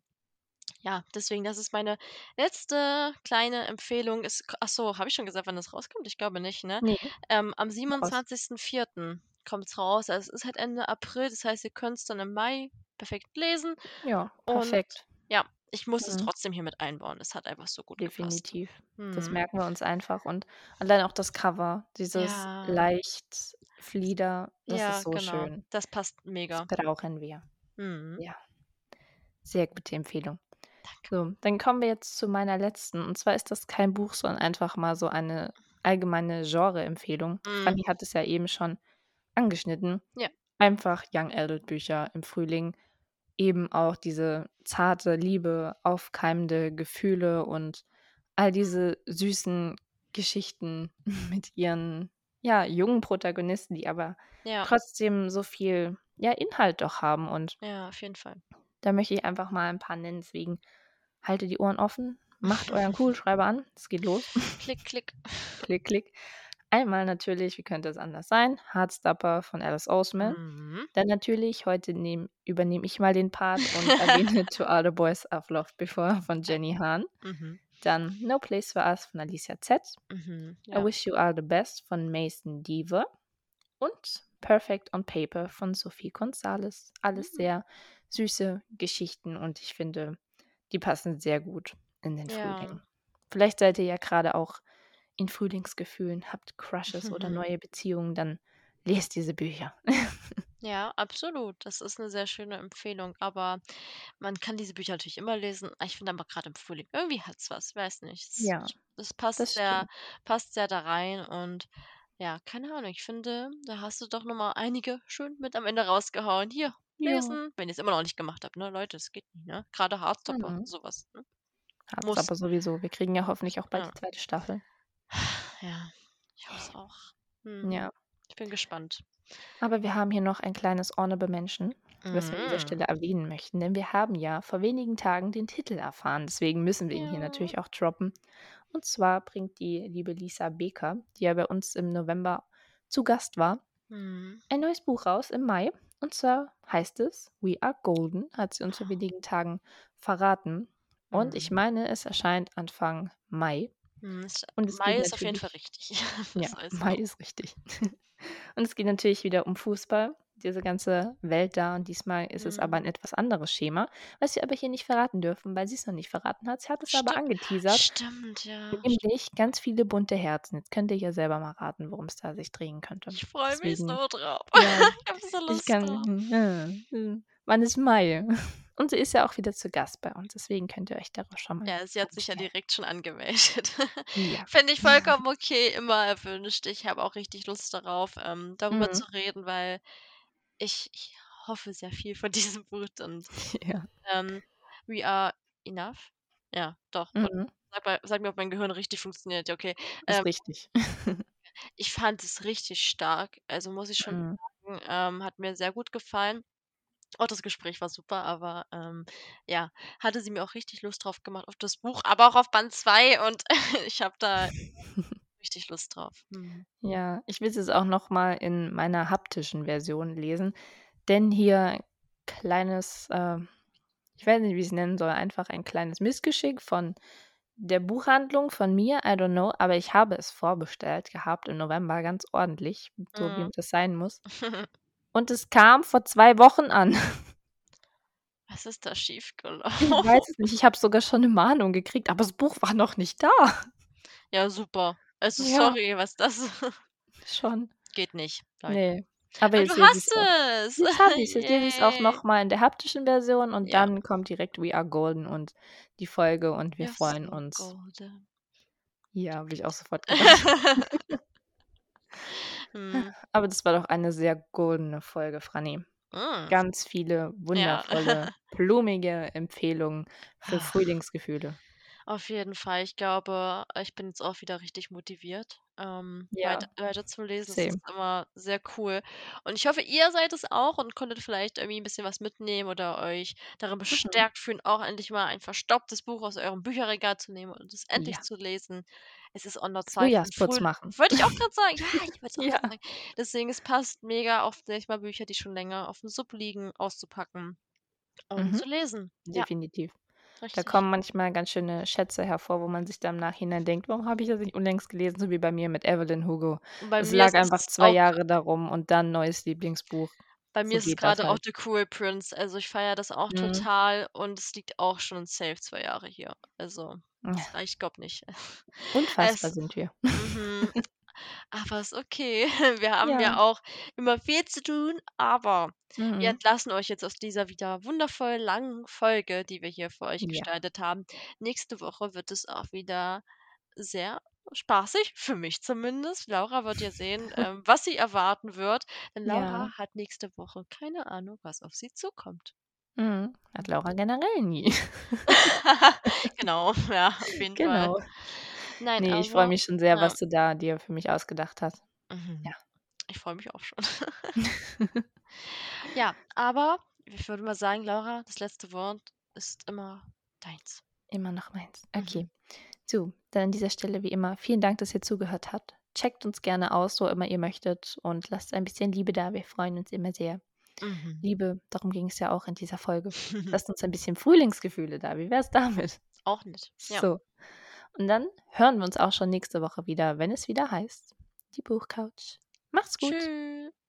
Ja, deswegen, das ist meine letzte kleine Empfehlung. Es k ach so, habe ich schon gesagt, wann das rauskommt? Ich glaube nicht, ne? Ne. Ähm, am Hau raus. siebenundzwanzigsten Vierten kommt's raus. Also, es ist halt Ende April, das heißt, ihr könnt's dann im Mai perfekt lesen Ja, und perfekt. ja, ich muss es Mhm. trotzdem hier mit einbauen. Es hat einfach so gut gepasst. Definitiv. Das Mhm. merken wir uns einfach und allein auch das Cover, dieses Ja. leicht Flieder, das ist Ja, so genau. schön. Das passt Das mega. brauchen wir. Mhm. Ja. Sehr gute Empfehlung. Danke. So, dann kommen wir jetzt zu meiner letzten. Und zwar ist das kein Buch, sondern einfach mal so eine allgemeine Genreempfehlung. Mhm. Fanny hat es ja eben schon angeschnitten. Ja. Einfach Young Adult Bücher im Frühling. Eben auch diese zarte Liebe, aufkeimende Gefühle und all diese süßen Geschichten mit ihren, ja, jungen Protagonisten, die aber Ja. trotzdem so viel, ja, Inhalt doch haben. Und Ja, auf jeden Fall. da möchte ich einfach mal 'n paar nennen, deswegen haltet die Ohren offen, macht euren Kugelschreiber an, es geht los. Klick, klick. Klick, klick. Einmal natürlich, wie könnte es anders sein, Heartstopper von Alice Oseman. Mhm. Dann natürlich, heute nehm übernehme ich mal den Part und erwähne „To All the Boys I've Loved Before“ von Ja. Jenny Han. Mhm. Dann „No Place for Us“ von Alicia Zett. Mhm, „I ja. Wish You All the Best“ von Mason Deaver und „Perfect on Paper“ von Sophie Gonzales. Alles Mhm. sehr süße Geschichten und ich finde, die passen sehr gut in den Ja. Frühling. Vielleicht seid ihr ja grade auch in Frühlingsgefühlen, habt Crushes oder neue Beziehungen, dann lest diese Bücher. Ja, absolut. Das ist 'ne sehr schöne Empfehlung, aber man kann diese Bücher natürlich immer lesen. Ah, ich finde aber grad im Frühling, irgendwie hat's was, weiß nicht. Es Ja, es passt das sehr stimmt. passt sehr da rein und ja, keine Ahnung. Ich finde, da hast du doch noch mal einige schön mit am Ende rausgehauen. Hier, Ja. lesen, wenn ihr's immer noch nicht gemacht habt, ne? Leute, das geht nicht, ne? Grade Heartstopper, Mhm. so was, ne? Hat's Muss. aber sowieso. Wir kriegen ja hoffentlich auch bald Ja. die zweite Staffel. Ja, ich hoffe es auch. Mhm. Ja. Ich bin gespannt. Aber wir haben hier noch ein kleines Honorable Mention, was wir an dieser Mhm. Stelle erwähnen möchten, denn wir haben ja vor wenigen Tagen den Titel erfahren, deswegen müssen wir ihn hier Ja. natürlich auch droppen. Und zwar bringt die liebe Lisa Beker, die ja bei uns im November zu Gast war, Mhm. ein neues Buch raus im Mai. Und zwar heißt es „We Are Golden“, hat sie uns vor wenigen Tagen verraten. Und ich Mhm. meine, es erscheint Anfang Mai. Mhm, ist Und es geht Mai ist auf jeden Fall natürlich richtig. ja, Das weiß ich Mai noch. ist richtig. Und es geht natürlich wieder um Fußball, diese ganze Welt da. Und diesmal ist es aber ein Mhm. etwas anderes Schema, was wir aber hier nicht verraten dürfen, weil sie's noch nicht verraten hat. Sie hat es aber Sti angeteasert, stimmt, ja. St nämlich ganz viele bunte Herzen. Jetzt könnt ihr ja selber mal raten, worum's da sich drehen könnte. Ich freue mich Deswegen so drauf. ja, Ich habe so ich Lust drauf. kann hm, hm, wann ist Mai? Und sie ist ja auch wieder zu Gast bei uns, deswegen könnt ihr euch darauf schon mal Ja, sie hat sich ja einstellen. direkt schon angemeldet. Ja. Finde ich vollkommen okay, immer erwünscht. Ich habe auch richtig Lust darauf, ähm, darüber Mhm. zu reden, weil ich ich hoffe sehr viel von diesem Buch und, Ja. ähm, We Are Enough? Ja, doch. Und Mhm. sag mal sag mir, ob mein Gehirn richtig funktioniert. Ja, okay. Ist Ähm richtig. ich fand es richtig stark. Also, muss ich schon Mhm. sagen, ähm, hat mir sehr gut gefallen. Auch das Gespräch war super, aber, ähm, ja, hatte sie mir auch richtig Lust drauf gemacht auf das Buch, aber auch auf Band zwei und ich habe da richtig Lust drauf. Mhm. Ja, ich will's jetzt auch noch mal in meiner haptischen Version lesen, denn hier kleines, ähm ich weiß nicht, wie ich's nennen soll, einfach ein kleines Missgeschick von der Buchhandlung, von mir, I don't know, aber ich habe es vorbestellt gehabt im November ganz ordentlich, so wie Mhm. das sein muss. Und es kam vor zwei Wochen an. Was ist da Ich schiefgelaufen? weiß es nicht. Ich habe sogar schon 'ne Mahnung gekriegt, aber das Buch war noch nicht da. Ja, super. Also, Ja. sorry, was das Schon. geht nicht, Leute. Ne, aber Aber jetzt du lese ich's hast auch. es. Jetzt habe ich's. Jetzt lese ich's auch Yay. noch mal in der haptischen Version und Ja. dann kommt direkt We Are Golden und die Folge und wir You're freuen so uns. golden. Ja, habe ich auch sofort gedacht. Mhm. Aber das war doch eine sehr goldene Folge, Franni. Mhm. Ganz viele Ja. wundervolle, blumige Empfehlungen für Ach. Frühlingsgefühle. Auf jeden Fall. Ich glaube, ich bin jetzt auch wieder richtig motiviert, ähm, weiter Ja, weiterzulesen. Das ist same. immer sehr cool. Und ich hoffe, ihr seid es auch und konntet vielleicht irgendwie 'n bisschen was mitnehmen oder euch darin Mhm. bestärkt fühlen, auch endlich mal ein verstaubtes Buch aus eurem Bücherregal zu nehmen und es endlich Ja. zu lesen. Es ist an der Zeit für 'n Frühjahrsputz Früh machen. wollte ich auch grad sagen. Ja, ich wollte es auch grad Ja. sagen. Deswegen, es passt mega oft, sage ich mal, Bücher, die schon länger aufm Sub liegen, auszupacken und Mhm. zu lesen. Ja, Definitiv. Da richtig. kommen manchmal ganz schöne Schätze hervor, wo man sich dann im Nachhinein denkt: „Warum habe ich das nicht unlängst gelesen?“ So wie bei mir mit Evelyn Hugo. Bei Es mir lag ist einfach es zwei auch gra Jahre da rum und dann neues Lieblingsbuch. bei mir So ist es geht das grade auch halt. „The Cruel Prince“. Also, ich feiere das auch Mhm. total und es liegt auch schon safe zwei Jahre hier. Also, es reicht, glaube nicht. Unfassbar Es sind wir. mhm, aber ist okay. Wir haben Ja. ja auch immer viel zu tun, aber wir Mhm. entlassen euch jetzt aus dieser wieder wundervoll langen Folge, die wir hier für euch Ja. gestaltet haben. Nächste Woche wird es auch wieder sehr spaßig, für mich zumindest. Laura wird ja sehen, ähm, was sie erwarten wird, denn Laura Ja. hat nächste Woche keine Ahnung, was auf sie zukommt. Mhm. Hat Laura generell nie. Genau, ja, auf jeden Fall. Genau. Nein, Ne, ich freue aber mich schon sehr, ja. was du da dir für mich ausgedacht hast. Ja. Mhm. Ich freue mich auch schon. Ja, aber ich würde mal sagen, Laura, das letzte Wort ist immer deins. Immer noch meins. Mhm. Okay. So, dann an dieser Stelle wie immer vielen Dank, dass ihr zugehört habt. Checkt uns gerne aus, wo immer ihr möchtet und lasst ein bisschen Liebe da. Wir freuen uns immer sehr. Mhm. Liebe, darum ging's ja auch in dieser Folge. Lasst uns ein bisschen Frühlingsgefühle da. Wie wär's damit? Auch nett, ja. So, und dann hören wir uns auch schon nächste Woche wieder, wenn es wieder heißt: „Die Buchcouch.“ Macht's gut. Tschü